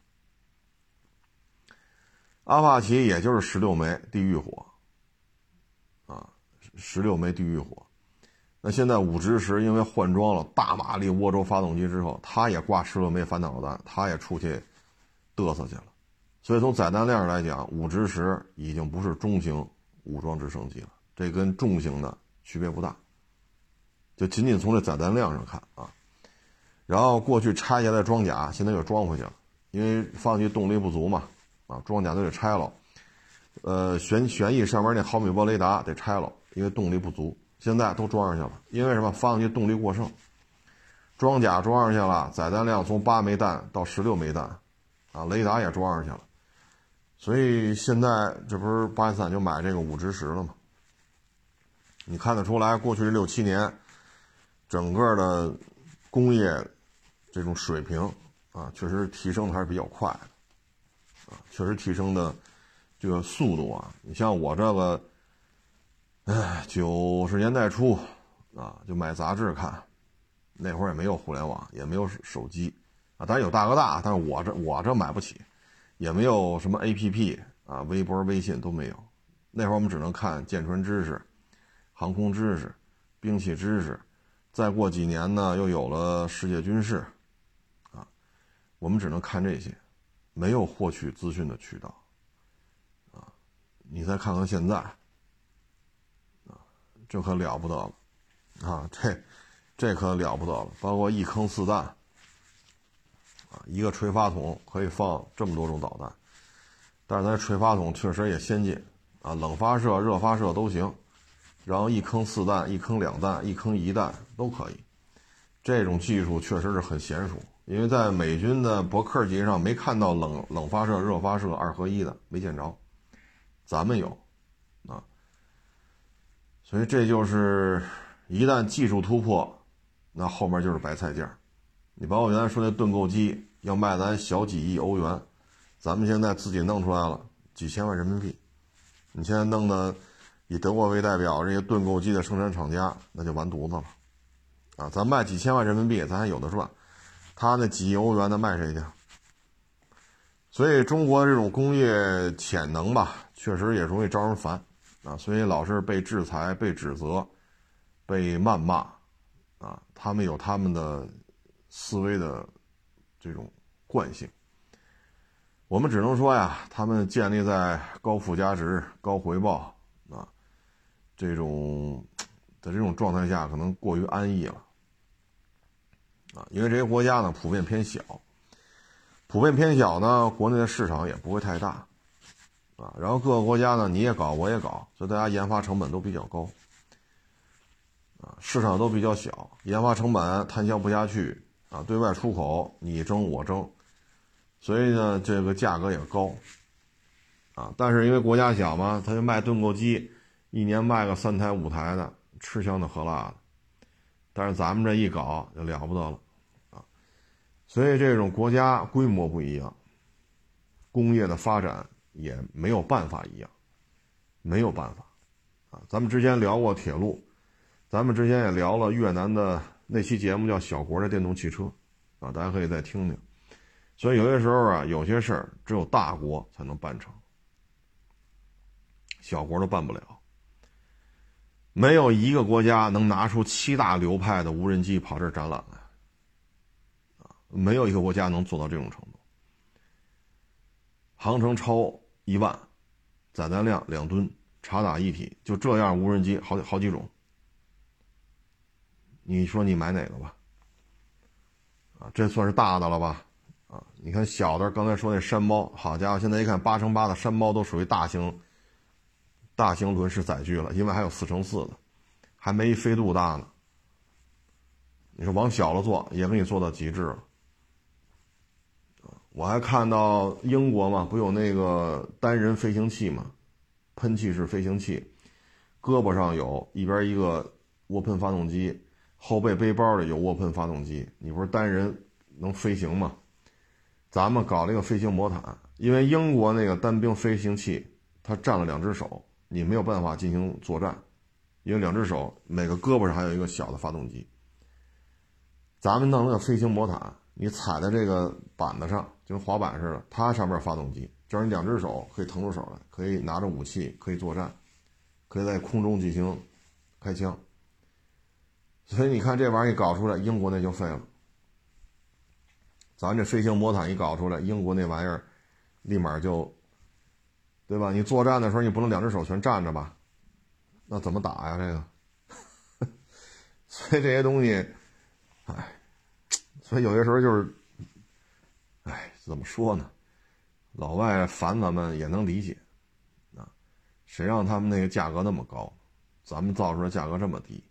阿帕奇也就是16枚地狱火啊，16枚地狱火。那现在5直10因为换装了大马力涡轴发动机之后，它也挂16枚反坦克导弹，它也出去嘚瑟去了。所以从载弹量来讲，5直10已经不是中型武装直升机了，这跟重型的区别不大，就仅仅从这载弹量上看啊。然后过去拆下来装甲，现在又装回去了，因为发动机动力不足嘛，啊，装甲都得拆了。旋翼上面那毫米波雷达得拆了，因为动力不足。现在都装上去了，因为什么？发动机动力过剩，装甲装上去了，载弹量从8枚弹到16枚弹，啊，雷达也装上去了。所以现在这不是巴基斯坦就买这个5直10了吗？你看得出来，过去6、7年，整个的工业这种水平啊，确实提升的还是比较快的，啊，确实提升的这个速度啊，你像我这个，90年代初啊，就买杂志看，那会儿也没有互联网，也没有手机啊，当然有大哥大，但是我这买不起，也没有什么 APP 啊，微博、微信都没有。那会儿我们只能看舰船知识、航空知识、兵器知识，再过几年呢，又有了世界军事啊，我们只能看这些，没有获取资讯的渠道啊。你再看看现在。这可了不得了啊！这可了不得了，包括一坑4弹啊，一个垂发筒可以放这么多种导弹，但是咱垂发筒确实也先进啊，冷发射、热发射都行，然后一坑4弹、一坑2弹、一坑1弹都可以。这种技术确实是很娴熟，因为在美军的伯克级上没看到冷发射、热发射2合1的，没见着，咱们有啊。所以这就是一旦技术突破，那后面就是白菜价。你包括原来说那盾构机要卖咱小几亿欧元，咱们现在自己弄出来了几千万人民币。你现在弄的以德国为代表这些盾构机的生产厂家，那就完犊子了啊！咱卖几千万人民币，咱还有的赚，他那几亿欧元的卖谁去？所以中国这种工业潜能吧，确实也容易招人烦。啊，所以老是被制裁、被指责、被谩骂，啊，他们有他们的思维的这种惯性。我们只能说呀，他们建立在高附加值、高回报啊这种状态下，可能过于安逸了啊，因为这些国家呢普遍偏小呢，国内的市场也不会太大。啊，然后各个国家呢，你也搞，我也搞，所以大家研发成本都比较高，啊，市场都比较小，研发成本摊销不下去，啊，对外出口你争我争，所以呢，这个价格也高，啊，但是因为国家小嘛，他就卖盾构机，一年卖个3台5台的，吃香的喝辣的，但是咱们这一搞就了不得了，啊，所以这种国家规模不一样，工业的发展也没有办法一样，没有办法啊！咱们之前聊过铁路，咱们之前也聊了越南的那期节目叫小国的电动汽车啊，大家可以再听听。所以有些时候啊，有些事儿只有大国才能办成，小国都办不了。没有一个国家能拿出7大流派的无人机跑这儿展览来啊，没有一个国家能做到这种程度。航程超1万，载弹量2吨，察打一体，就这样无人机好几种，你说你买哪个吧？啊，这算是大的了吧？啊，你看小的，刚才说那山猫，好家伙，现在一看8×8的山猫都属于大型轮式载具了，因为还有4×4的，还没飞度大呢。你说往小了做，也给你做到极致了。我还看到英国嘛，不有那个单人飞行器嘛，喷气式飞行器， 胳膊上有一边一个涡喷发动机，后背背包里有涡喷发动机，你不是单人能飞行吗？咱们搞了一个飞行魔毯，因为英国那个单兵飞行器它占了2只手，你没有办法进行作战，因为2只手每个胳膊上还有一个小的发动机。咱们弄了个飞行魔毯，你踩在这个板子上，就跟滑板似的，它上面发动机，这样你2只手可以腾出手来，可以拿着武器，可以作战，可以在空中进行开枪。所以你看这玩意儿一搞出来，英国那就废了。咱这飞行魔毯一搞出来，英国那玩意儿立马就，对吧？你作战的时候你不能2只手全站着吧？那怎么打呀？这个，所以这些东西，所以有些时候就是，怎么说呢？老外烦咱们也能理解，啊，谁让他们那个价格那么高，咱们造出来价格这么低。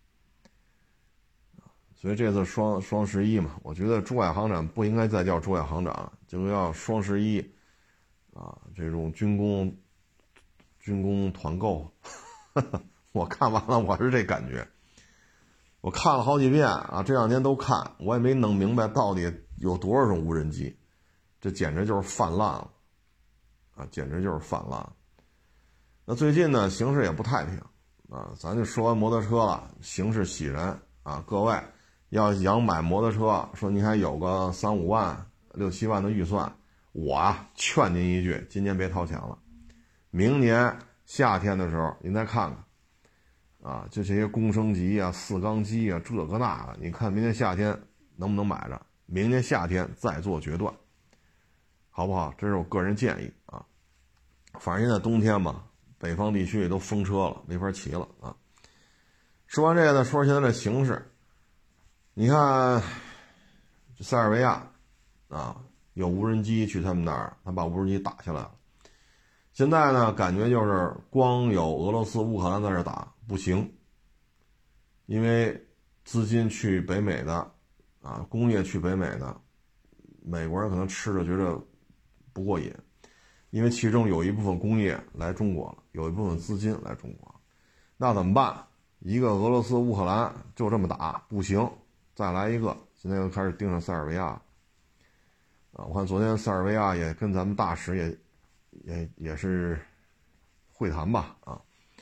所以这次双11嘛，我觉得珠海航展不应该再叫珠海航展，就叫双11啊，这种军工团购。我看完了，我是这感觉。我看了好几遍啊，这2年都看，我也没弄明白到底有多少种无人机，这简直就是泛滥了啊，简直就是泛滥。那最近呢，形势也不太平啊，咱就说完摩托车了，形势喜人啊，各位。要想买摩托车，说你还有个3、5万、6、7万的预算，我劝您一句，今年别掏钱了，明年夏天的时候您再看看，啊，就这些公升级啊、4缸机啊，这个那个，你看明年夏天能不能买着？明年夏天再做决断，好不好？这是我个人建议啊。反正现在冬天嘛，北方地区也都封车了，没法骑了啊。说完这个呢，说现在的形势。你看，塞尔维亚啊，有无人机去他们那儿，他把无人机打下来了。现在呢，感觉就是光有俄罗斯、乌克兰在这打不行，因为资金去北美的啊，工业去北美的，美国人可能吃着觉得不过瘾，因为其中有一部分工业来中国了，有一部分资金来中国，那怎么办？一个俄罗斯、乌克兰就这么打不行。再来一个，现在又开始盯上塞尔维亚啊！我看昨天塞尔维亚也跟咱们大使也是会谈吧啊！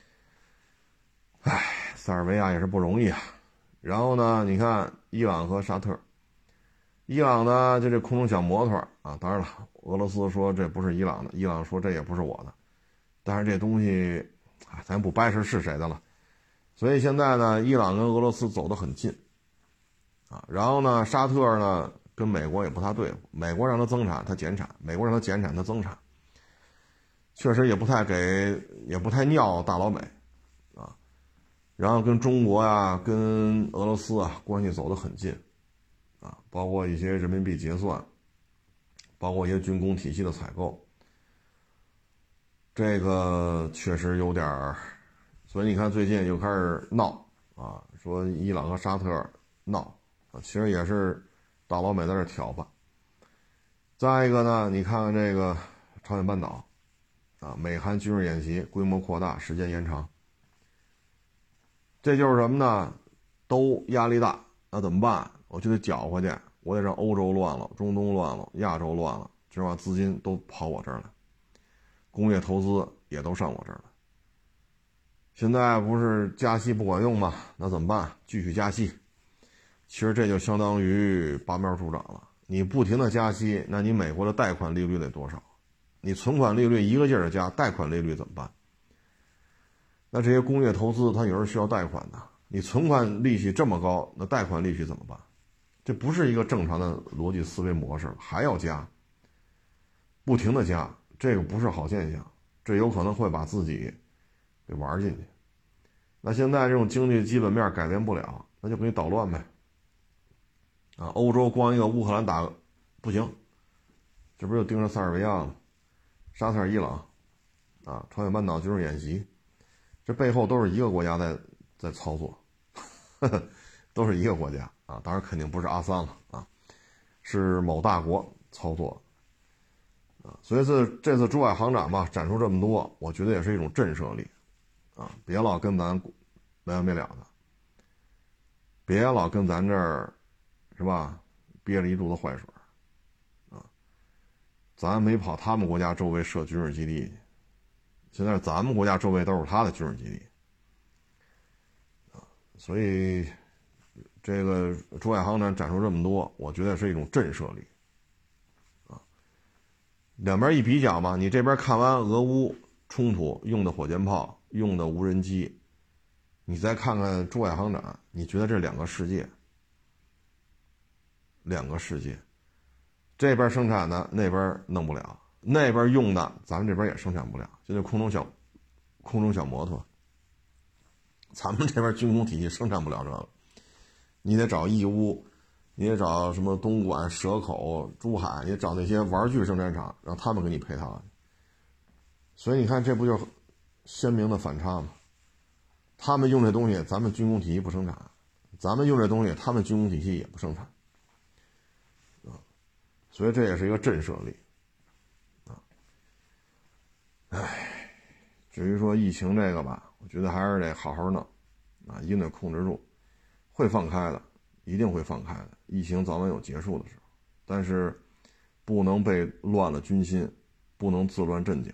塞尔维亚也是不容易啊。然后呢，你看伊朗和沙特，伊朗呢就这空中小摩托啊，当然了，俄罗斯说这不是伊朗的，伊朗说这也不是我的，但是这东西咱不掰扯是谁的了。所以现在呢，伊朗跟俄罗斯走得很近。啊，然后呢，沙特呢跟美国也不太对付，美国让它增产，它减产；美国让它减产，它增产。确实也不太尿大老美，啊，然后跟中国呀、跟俄罗斯啊关系走得很近，啊，包括一些人民币结算，包括一些军工体系的采购，这个确实有点儿，所以你看最近又开始闹啊，说伊朗和沙特闹。其实也是大老美在这挑吧。再一个呢，你看看这个朝鲜半岛啊，美韩军事演习规模扩大，时间延长，这就是什么呢？都压力大，那怎么办？我就得搅和去，我得让欧洲乱了，中东乱了，亚洲乱了，这把资金都跑我这儿来，工业投资也都上我这儿来。现在不是加息不管用吗？那怎么办？继续加息。其实这就相当于拔苗助长了。你不停的加息，那你美国的贷款利率得多少？你存款利率一个劲儿的加，贷款利率怎么办？那这些工业投资它有时候需要贷款的，你存款利息这么高，那贷款利息怎么办？这不是一个正常的逻辑思维模式，还要加，不停的加，这个不是好现象，这有可能会把自己给玩进去。那现在这种经济基本面改变不了，那就给你捣乱呗。啊，欧洲光一个乌克兰打不行，这不是又盯着塞尔维亚了，沙特、伊朗，啊，朝鲜半岛军事演习，这背后都是一个国家在操作，都是一个国家啊，当然肯定不是阿三了啊，是某大国操作啊，所以这次珠海航展吧，展出这么多，我觉得也是一种震慑力别老跟咱没完没了的，别老跟咱这儿是吧憋了一肚子坏水咱没跑他们国家周围设军事基地，现在咱们国家周围都是他的军事基地所以这个珠海航展展出这么多，我觉得是一种震慑力两边一比较嘛，你这边看完俄乌冲突用的火箭炮，用的无人机，你再看看珠海航展，你觉得这两个世界，这边生产的那边弄不了，那边用的咱们这边也生产不了，就那空中小摩托，咱们这边军工体系生产不了这个，你得找义乌，你得找什么东莞、蛇口、珠海，你得找那些玩具生产厂，让他们给你配套。所以你看，这不就是鲜明的反差吗？他们用这东西，咱们军工体系不生产；咱们用这东西，他们军工体系也不生产。所以这也是一个震慑力。至于说疫情这个吧，我觉得还是得好好弄，一定得控制住，会放开的，一定会放开的。疫情早晚有结束的时候，但是不能被乱了军心，不能自乱阵脚，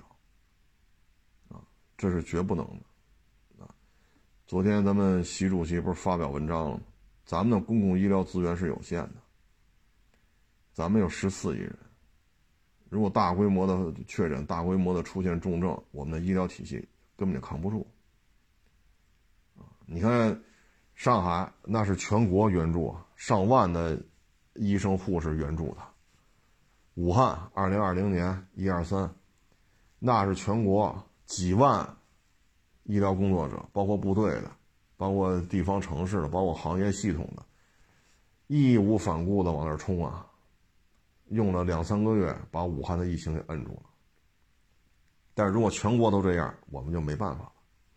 这是绝不能的。昨天咱们习主席不是发表文章了吗？咱们的公共医疗资源是有限的，咱们有14亿人，如果大规模的确诊，大规模的出现重症，我们的医疗体系根本就扛不住。你看上海那是全国援助，上万的医生护士援助的。武汉2020年1、2、3，那是全国几万医疗工作者，包括部队的，包括地方城市的，包括行业系统的，义无反顾的往那儿冲啊，用了2、3个月把武汉的疫情给摁住了。但是如果全国都这样，我们就没办法了。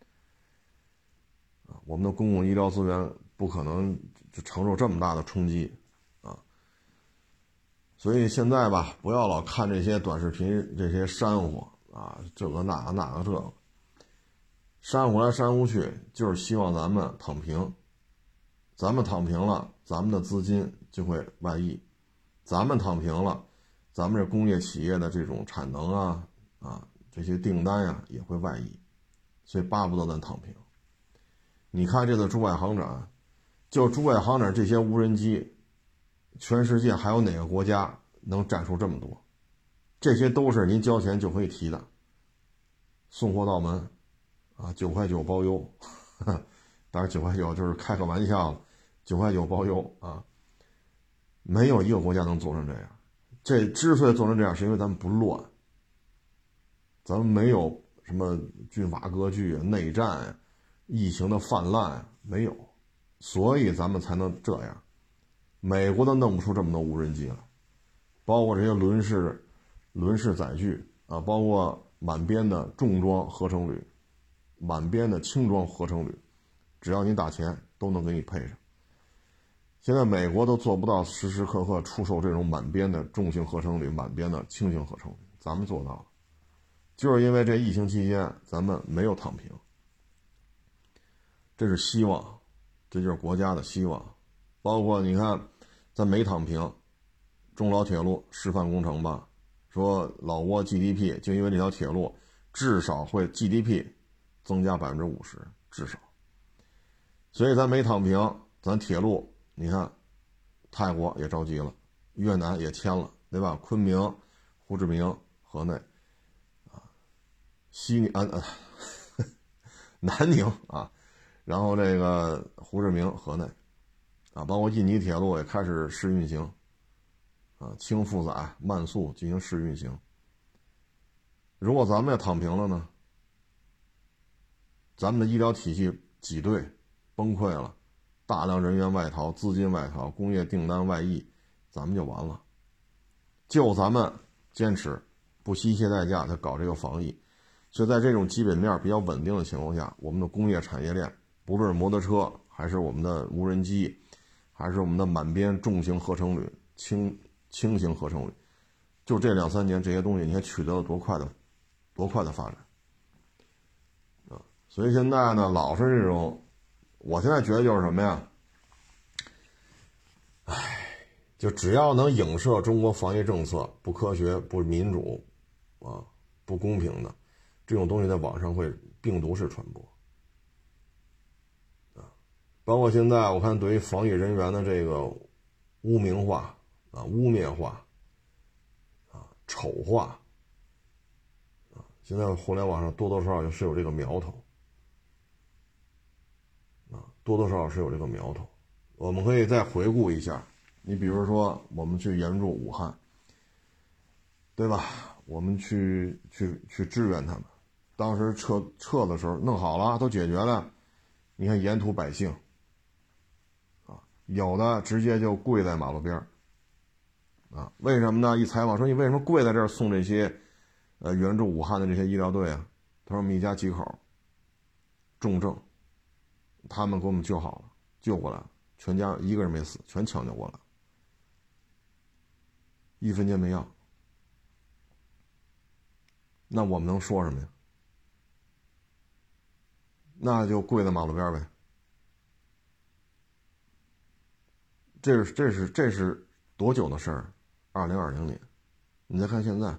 我们的公共医疗资源不可能就承受这么大的冲击啊！所以现在吧，不要老看这些短视频，这些煽乎啊，这个那个这个，煽乎来煽乎去，就是希望咱们躺平。咱们躺平了，咱们的资金就会外溢；咱们躺平了，咱们这工业企业的这种产能这些订单也会外溢，所以巴不得咱躺平。你看这次珠海航展，就珠海航展这些无人机，全世界还有哪个国家能展出这么多？这些都是您交钱就可以提的，送货到门，9块9包邮，当然9块9就是开个玩笑，9块9包邮啊，没有一个国家能做成这样。这之所以做成这样，是因为咱们不乱，咱们没有什么军阀割据内战疫情的泛滥没有，所以咱们才能这样。美国都弄不出这么多无人机来，包括这些轮式载具包括满编的重装合成旅，满编的轻装合成旅，只要你打钱都能给你配上。现在美国都做不到时时刻刻出售这种满编的重型合成旅，满编的轻型合成旅，咱们做到了，就是因为这疫情期间咱们没有躺平。这是希望，这就是国家的希望。包括你看咱没躺平，中老铁路示范工程吧，说老挝 GDP 就因为这条铁路至少会 GDP 增加50%，至少。所以咱没躺平，咱铁路你看泰国也着急了，越南也签了，对吧？昆明、胡志明、河内南宁然后这个胡志明、河内包括印尼铁路也开始试运行轻负载慢速进行试运行。如果咱们也躺平了呢，咱们的医疗体系挤兑崩溃了，大量人员外逃，资金外逃，工业订单外溢，咱们就完了。就咱们坚持不惜一切代价在搞这个防疫，所以在这种基本面比较稳定的情况下，我们的工业产业链，不论是摩托车还是我们的无人机，还是我们的满编重型合成旅、轻型合成旅，就这2、3年这些东西你看取得了多快的发展所以现在呢，老是这种，我现在觉得就是什么呀？就只要能影射中国防疫政策不科学、不民主，不公平的这种东西，在网上会病毒式传播，包括现在我看对于防疫人员的这个污名化污蔑化丑化现在互联网上多多少少是有这个苗头多多少少是有这个苗头。我们可以再回顾一下，你比如说我们去援助武汉，对吧？我们去支援他们，当时撤的时候弄好了，都解决了，你看沿途百姓有的直接就跪在马路边为什么呢？一采访说你为什么跪在这儿送这些援助武汉的这些医疗队啊？他说我们一家几口重症，他们给我们救好了，救过来了，全家一个人没死，全抢救过来，1分钱没要。那我们能说什么呀？那就跪在马路边呗。这是多久的事儿？2020年，你再看现在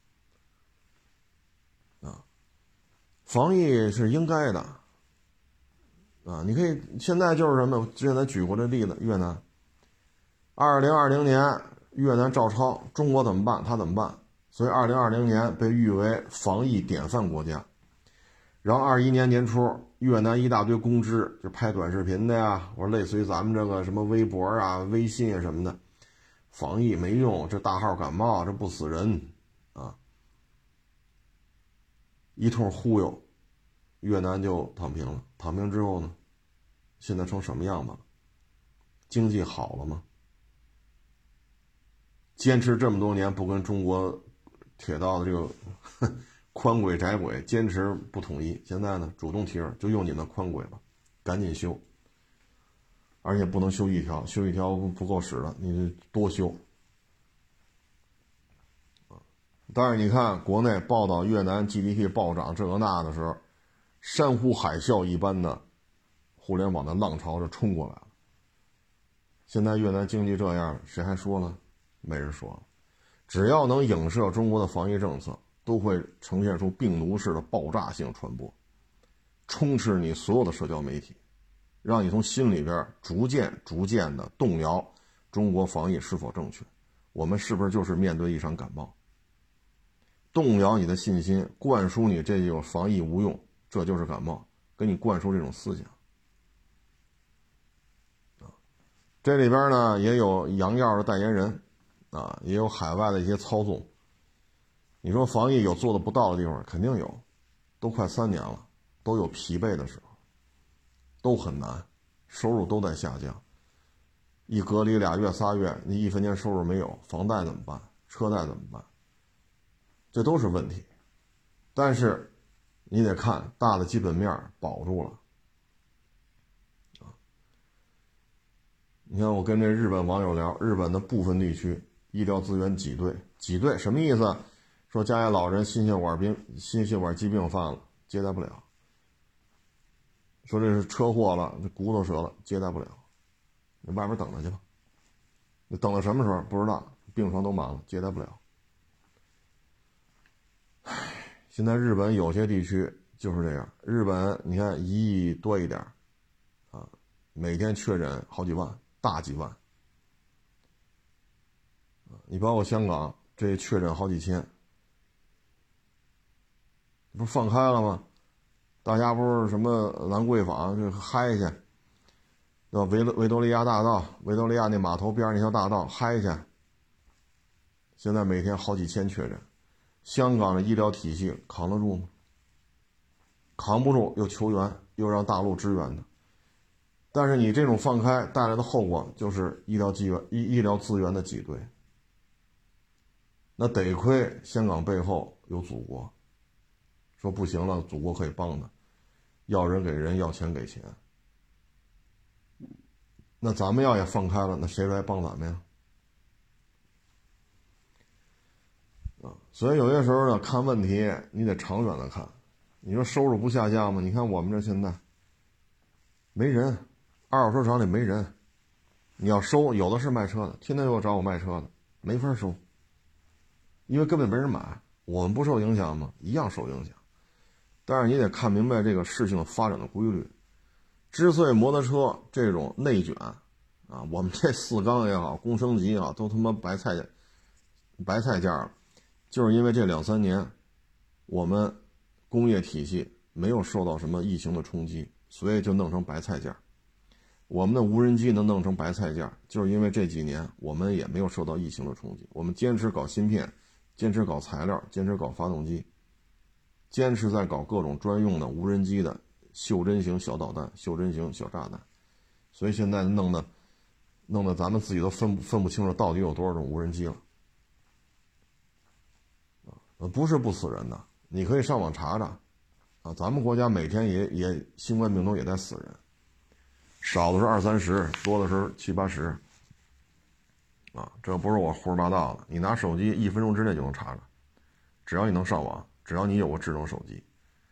防疫是应该的你可以现在就是什么？之前咱举过这例子，越南，2020年越南照抄，中国怎么办？他怎么办？所以2020年被誉为防疫典范国家。然后21年年初，越南一大堆公知，就拍短视频的呀，或者类似于咱们这个什么微博微信什么的，防疫没用，这大号感冒，这不死人一通忽悠，越南就躺平了。躺平之后呢，现在成什么样子了？经济好了吗？坚持这么多年不跟中国铁道的这个宽轨窄轨坚持不统一，现在呢主动提出就用你们的宽轨吧，赶紧修，而且不能修一条，修一条不够使了，你多修。但是你看国内报道越南 GDP 暴涨这个那的时候，山呼海啸一般的互联网的浪潮就冲过来了。现在越南经济这样，谁还说了？没人说了。只要能影射中国的防疫政策，都会呈现出病毒式的爆炸性传播，充斥你所有的社交媒体，让你从心里边逐渐的动摇中国防疫是否正确，我们是不是就是面对一场感冒，动摇你的信心，灌输你这种防疫无用，这就是感冒，给你灌输这种思想这里边呢也有洋药的代言人也有海外的一些操纵。你说防疫有做的不到的地方，肯定有，都快3年了，都有疲惫的时候，都很难，收入都在下降，一隔离2月3月，你1分钱收入没有，房贷怎么办？车贷怎么办？这都是问题。但是你得看大的基本面保住了你看我跟这日本网友聊，日本的部分地区医疗资源挤兑什么意思？说家里老人心血管疾病犯了，接待不了。说这是车祸了，这骨头折了，接待不了。你外边等着去吧。你等到什么时候不知道，病床都满了，接待不了。现在日本有些地区就是这样，日本你看1亿多一点每天确诊好几万，大几万。你包括香港，这确诊好几千，不是放开了吗？大家不是什么兰桂坊就嗨去，对吧？维多利亚大道，维多利亚那码头边那条大道嗨去。现在每天好几千确诊，香港的医疗体系扛得住吗？扛不住，又求援，又让大陆支援的。但是你这种放开带来的后果就是医疗资源的挤兑。那得亏香港背后有祖国，说不行了，祖国可以帮他，要人给人，要钱给钱。那咱们要也放开了，那谁来帮咱们呀？所以有些时候呢，看问题你得长远的看你说收入不下降吗？你看我们这现在没人，二手车场里没人，你要收有的是卖车的，天天有找我卖车的，没法收，因为根本没人买。我们不受影响吗？一样受影响。但是你得看明白这个事情发展的规律。之所以摩托车这种内卷啊，我们这4缸也好，工升级也好，都他妈白菜价了，就是因为这2-3年我们工业体系没有受到什么疫情的冲击，所以就弄成白菜价。我们的无人机能弄成白菜价，就是因为这几年我们也没有受到疫情的冲击，我们坚持搞芯片，坚持搞材料，坚持搞发动机，坚持在搞各种专用的无人机的袖珍型小导弹、袖珍型小炸弹，所以现在弄得咱们自己都分不清楚到底有多少种无人机了。不是不死人的，你可以上网查查啊，咱们国家每天也新冠病毒也在死人，少的是20-30，多的是70-80啊，这不是我胡说八道的，你拿手机1分钟之内就能查查，只要你能上网，只要你有个智能手机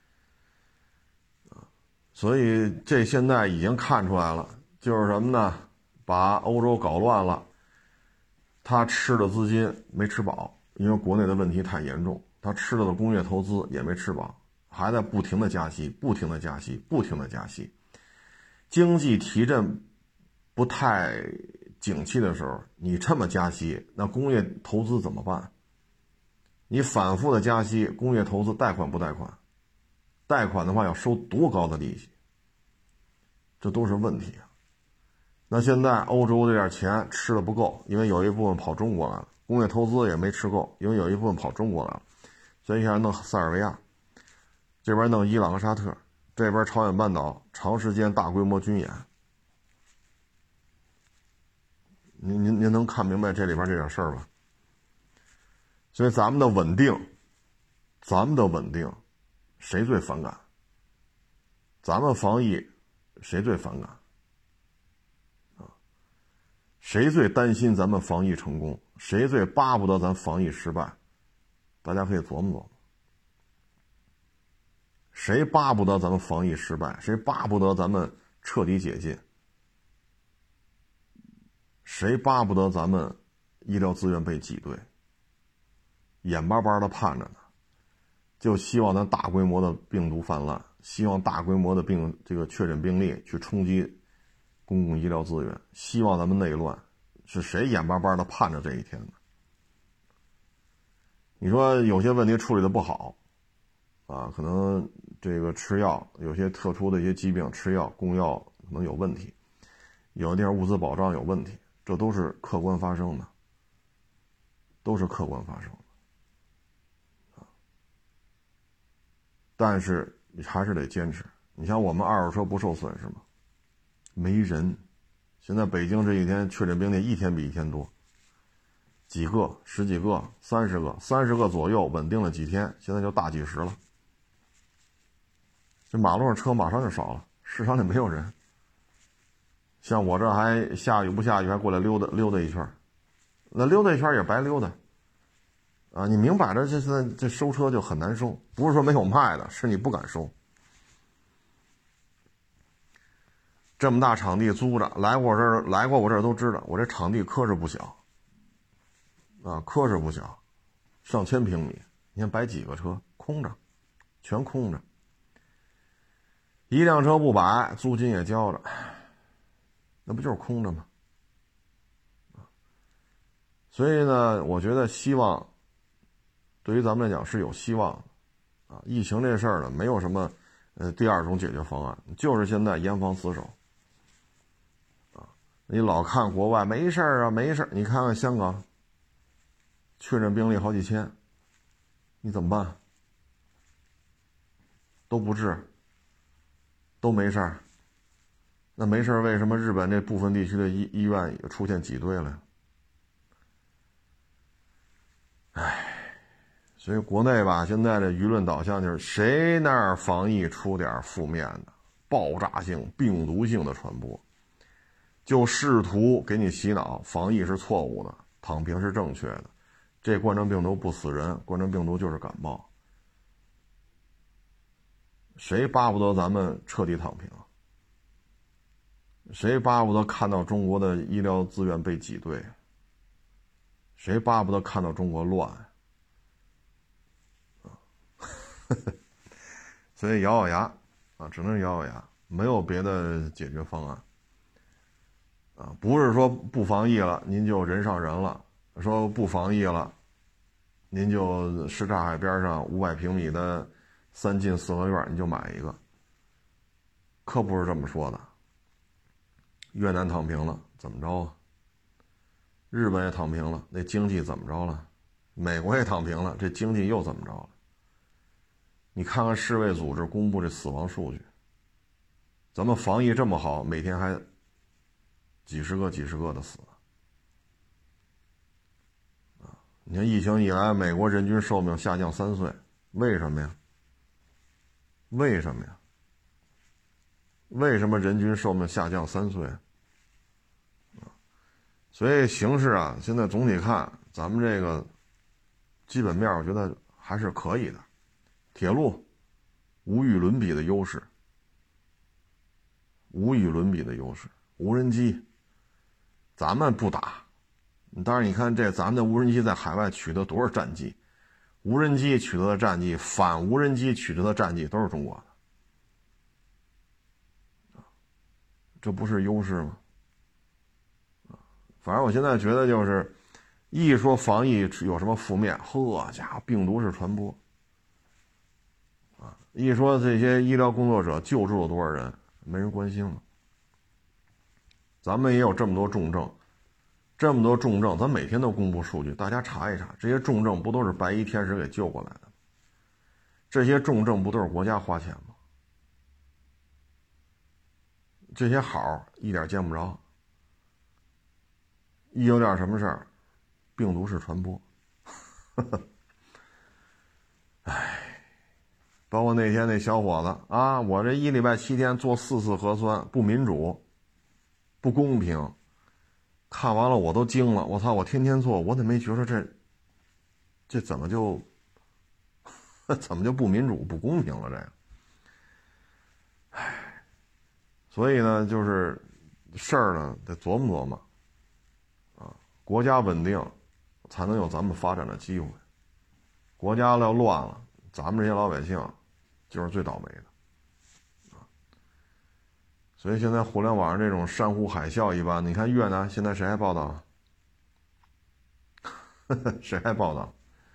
啊，所以这现在已经看出来了，就是什么呢？把欧洲搞乱了，他吃的资金没吃饱，因为国内的问题太严重，他吃了的工业投资也没吃饱，还在不停的加息，不停的加息，不停的加息。经济提振不太景气的时候，你这么加息，那工业投资怎么办？你反复的加息，工业投资贷款不贷款？贷款的话要收多高的利息？这都是问题啊。那现在欧洲这点钱吃的不够，因为有一部分跑中国来了，工业投资也没吃够，因为有一部分跑中国来了，所以现在弄塞尔维亚，这边弄伊朗和沙特，这边朝鲜半岛长时间大规模军演，您能看明白这里边这点事儿吧？所以咱们的稳定，谁最反感？咱们防疫谁最反感？谁最担心咱们防疫成功？谁最巴不得咱防疫失败？大家可以琢磨琢磨。谁巴不得咱们防疫失败？谁巴不得咱们彻底解禁？谁巴不得咱们医疗资源被挤兑？眼巴巴的盼着呢，就希望咱大规模的病毒泛滥，希望大规模的这个确诊病例去冲击公共医疗资源，希望咱们内乱，是谁眼巴巴的盼着这一天呢？你说有些问题处理的不好啊，可能这个吃药有些特殊的一些疾病吃药供药可能有问题，有的地方物资保障有问题，这都是客观发生的，都是客观发生的啊。但是你还是得坚持。你像我们二手车不受损是吗？没人，现在北京这一天确诊病例一天比一天多，几个、10几个、30个左右，稳定了几天，现在就大几十了。这马路上车马上就少了，市场里没有人。像我这还下雨不下雨还过来溜达一圈，那溜达一圈也白溜达啊！你明摆着现在这收车就很难收，不是说没有卖的，是你不敢收。这么大场地租着，来过我这儿都知道，我这场地可是不小啊，可是不小，上千平米，你看摆几个车，空着，全空着，一辆车不摆，租金也交着，那不就是空着吗？所以呢，我觉得希望对于咱们来讲是有希望的啊。疫情这事儿呢，没有什么第二种解决方案，就是现在严防死守啊。你老看国外没事啊，没事，你看看香港，确诊病例好几千，你怎么办？都不治，都没事儿。那没事，为什么日本这部分地区的医院也出现挤兑了？所以国内吧，现在的舆论导向就是谁那儿防疫出点负面的、爆炸性、病毒性的传播，就试图给你洗脑，防疫是错误的，躺平是正确的。这冠状病毒不死人，冠状病毒就是感冒。 谁巴不得咱们彻底躺平？谁巴不得看到中国的医疗资源被挤兑？谁巴不得看到中国乱？所以咬咬牙啊，只能咬咬牙，没有别的解决方案啊！不是说不防疫了您就人上人了，说不防疫了您就什刹海边上500平米的3进4合院你就买一个，可不是这么说的。越南躺平了怎么着啊？日本也躺平了，那经济怎么着了？美国也躺平了，这经济又怎么着了？你看看世卫组织公布这死亡数据，咱们防疫这么好，每天还几十个的死啊！你看疫情以来，美国人均寿命下降3岁，为什么呀？为什么呀？为什么人均寿命下降3岁？所以形势啊，现在总体看，咱们这个基本面，我觉得还是可以的。铁路无与伦比的优势，无与伦比的优势。无人机咱们不打，当然你看这咱们的无人机在海外取得多少战绩，无人机取得的战绩，反无人机取得的战绩都是中国的，这不是优势吗？反正我现在觉得就是一说防疫有什么负面，呵家伙病毒式传播啊！一说这些医疗工作者救助了多少人，没人关心了。咱们也有这么多重症，咱每天都公布数据，大家查一查，这些重症不都是白衣天使给救过来的？这些重症不都是国家花钱吗？这些好一点见不着，一有点什么事儿，病毒式传播。唉，包括那天那小伙子啊，我这1礼拜7天做4次核酸，不民主，不公平。看完了我都惊了，我操！我天天做，我怎么没觉得这怎么就不民主不公平了？这个，唉，所以呢，就是事儿呢得琢磨琢磨啊，国家稳定才能有咱们发展的机会。国家要乱了，咱们这些老百姓就是最倒霉的啊。所以现在互联网上这种山呼海啸一般，你看越南现在谁还报道？谁还报道？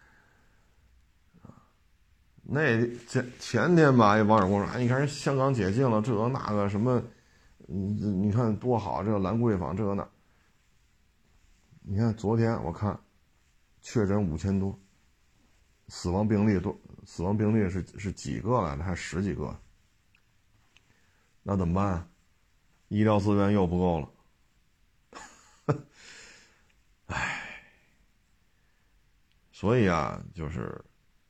那前天吧，一网友跟我说：“哎，你看人香港解禁了，这个那个什么，你看多好，这个兰桂坊这个那。你看昨天我看，确诊5000多，死亡病例是几个来着？还10几个？那怎么办？医疗资源又不够了。唉，所以啊，就是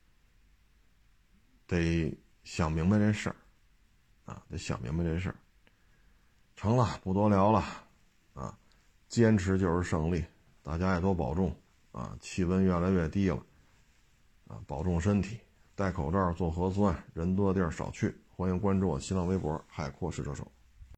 得想明白这事儿啊，得想明白这事儿。成了，不多聊了啊，坚持就是胜利，大家也多保重啊，气温越来越低了啊，保重身体，戴口罩，做核酸，人多的地儿少去。欢迎关注我新浪微博海阔试车手。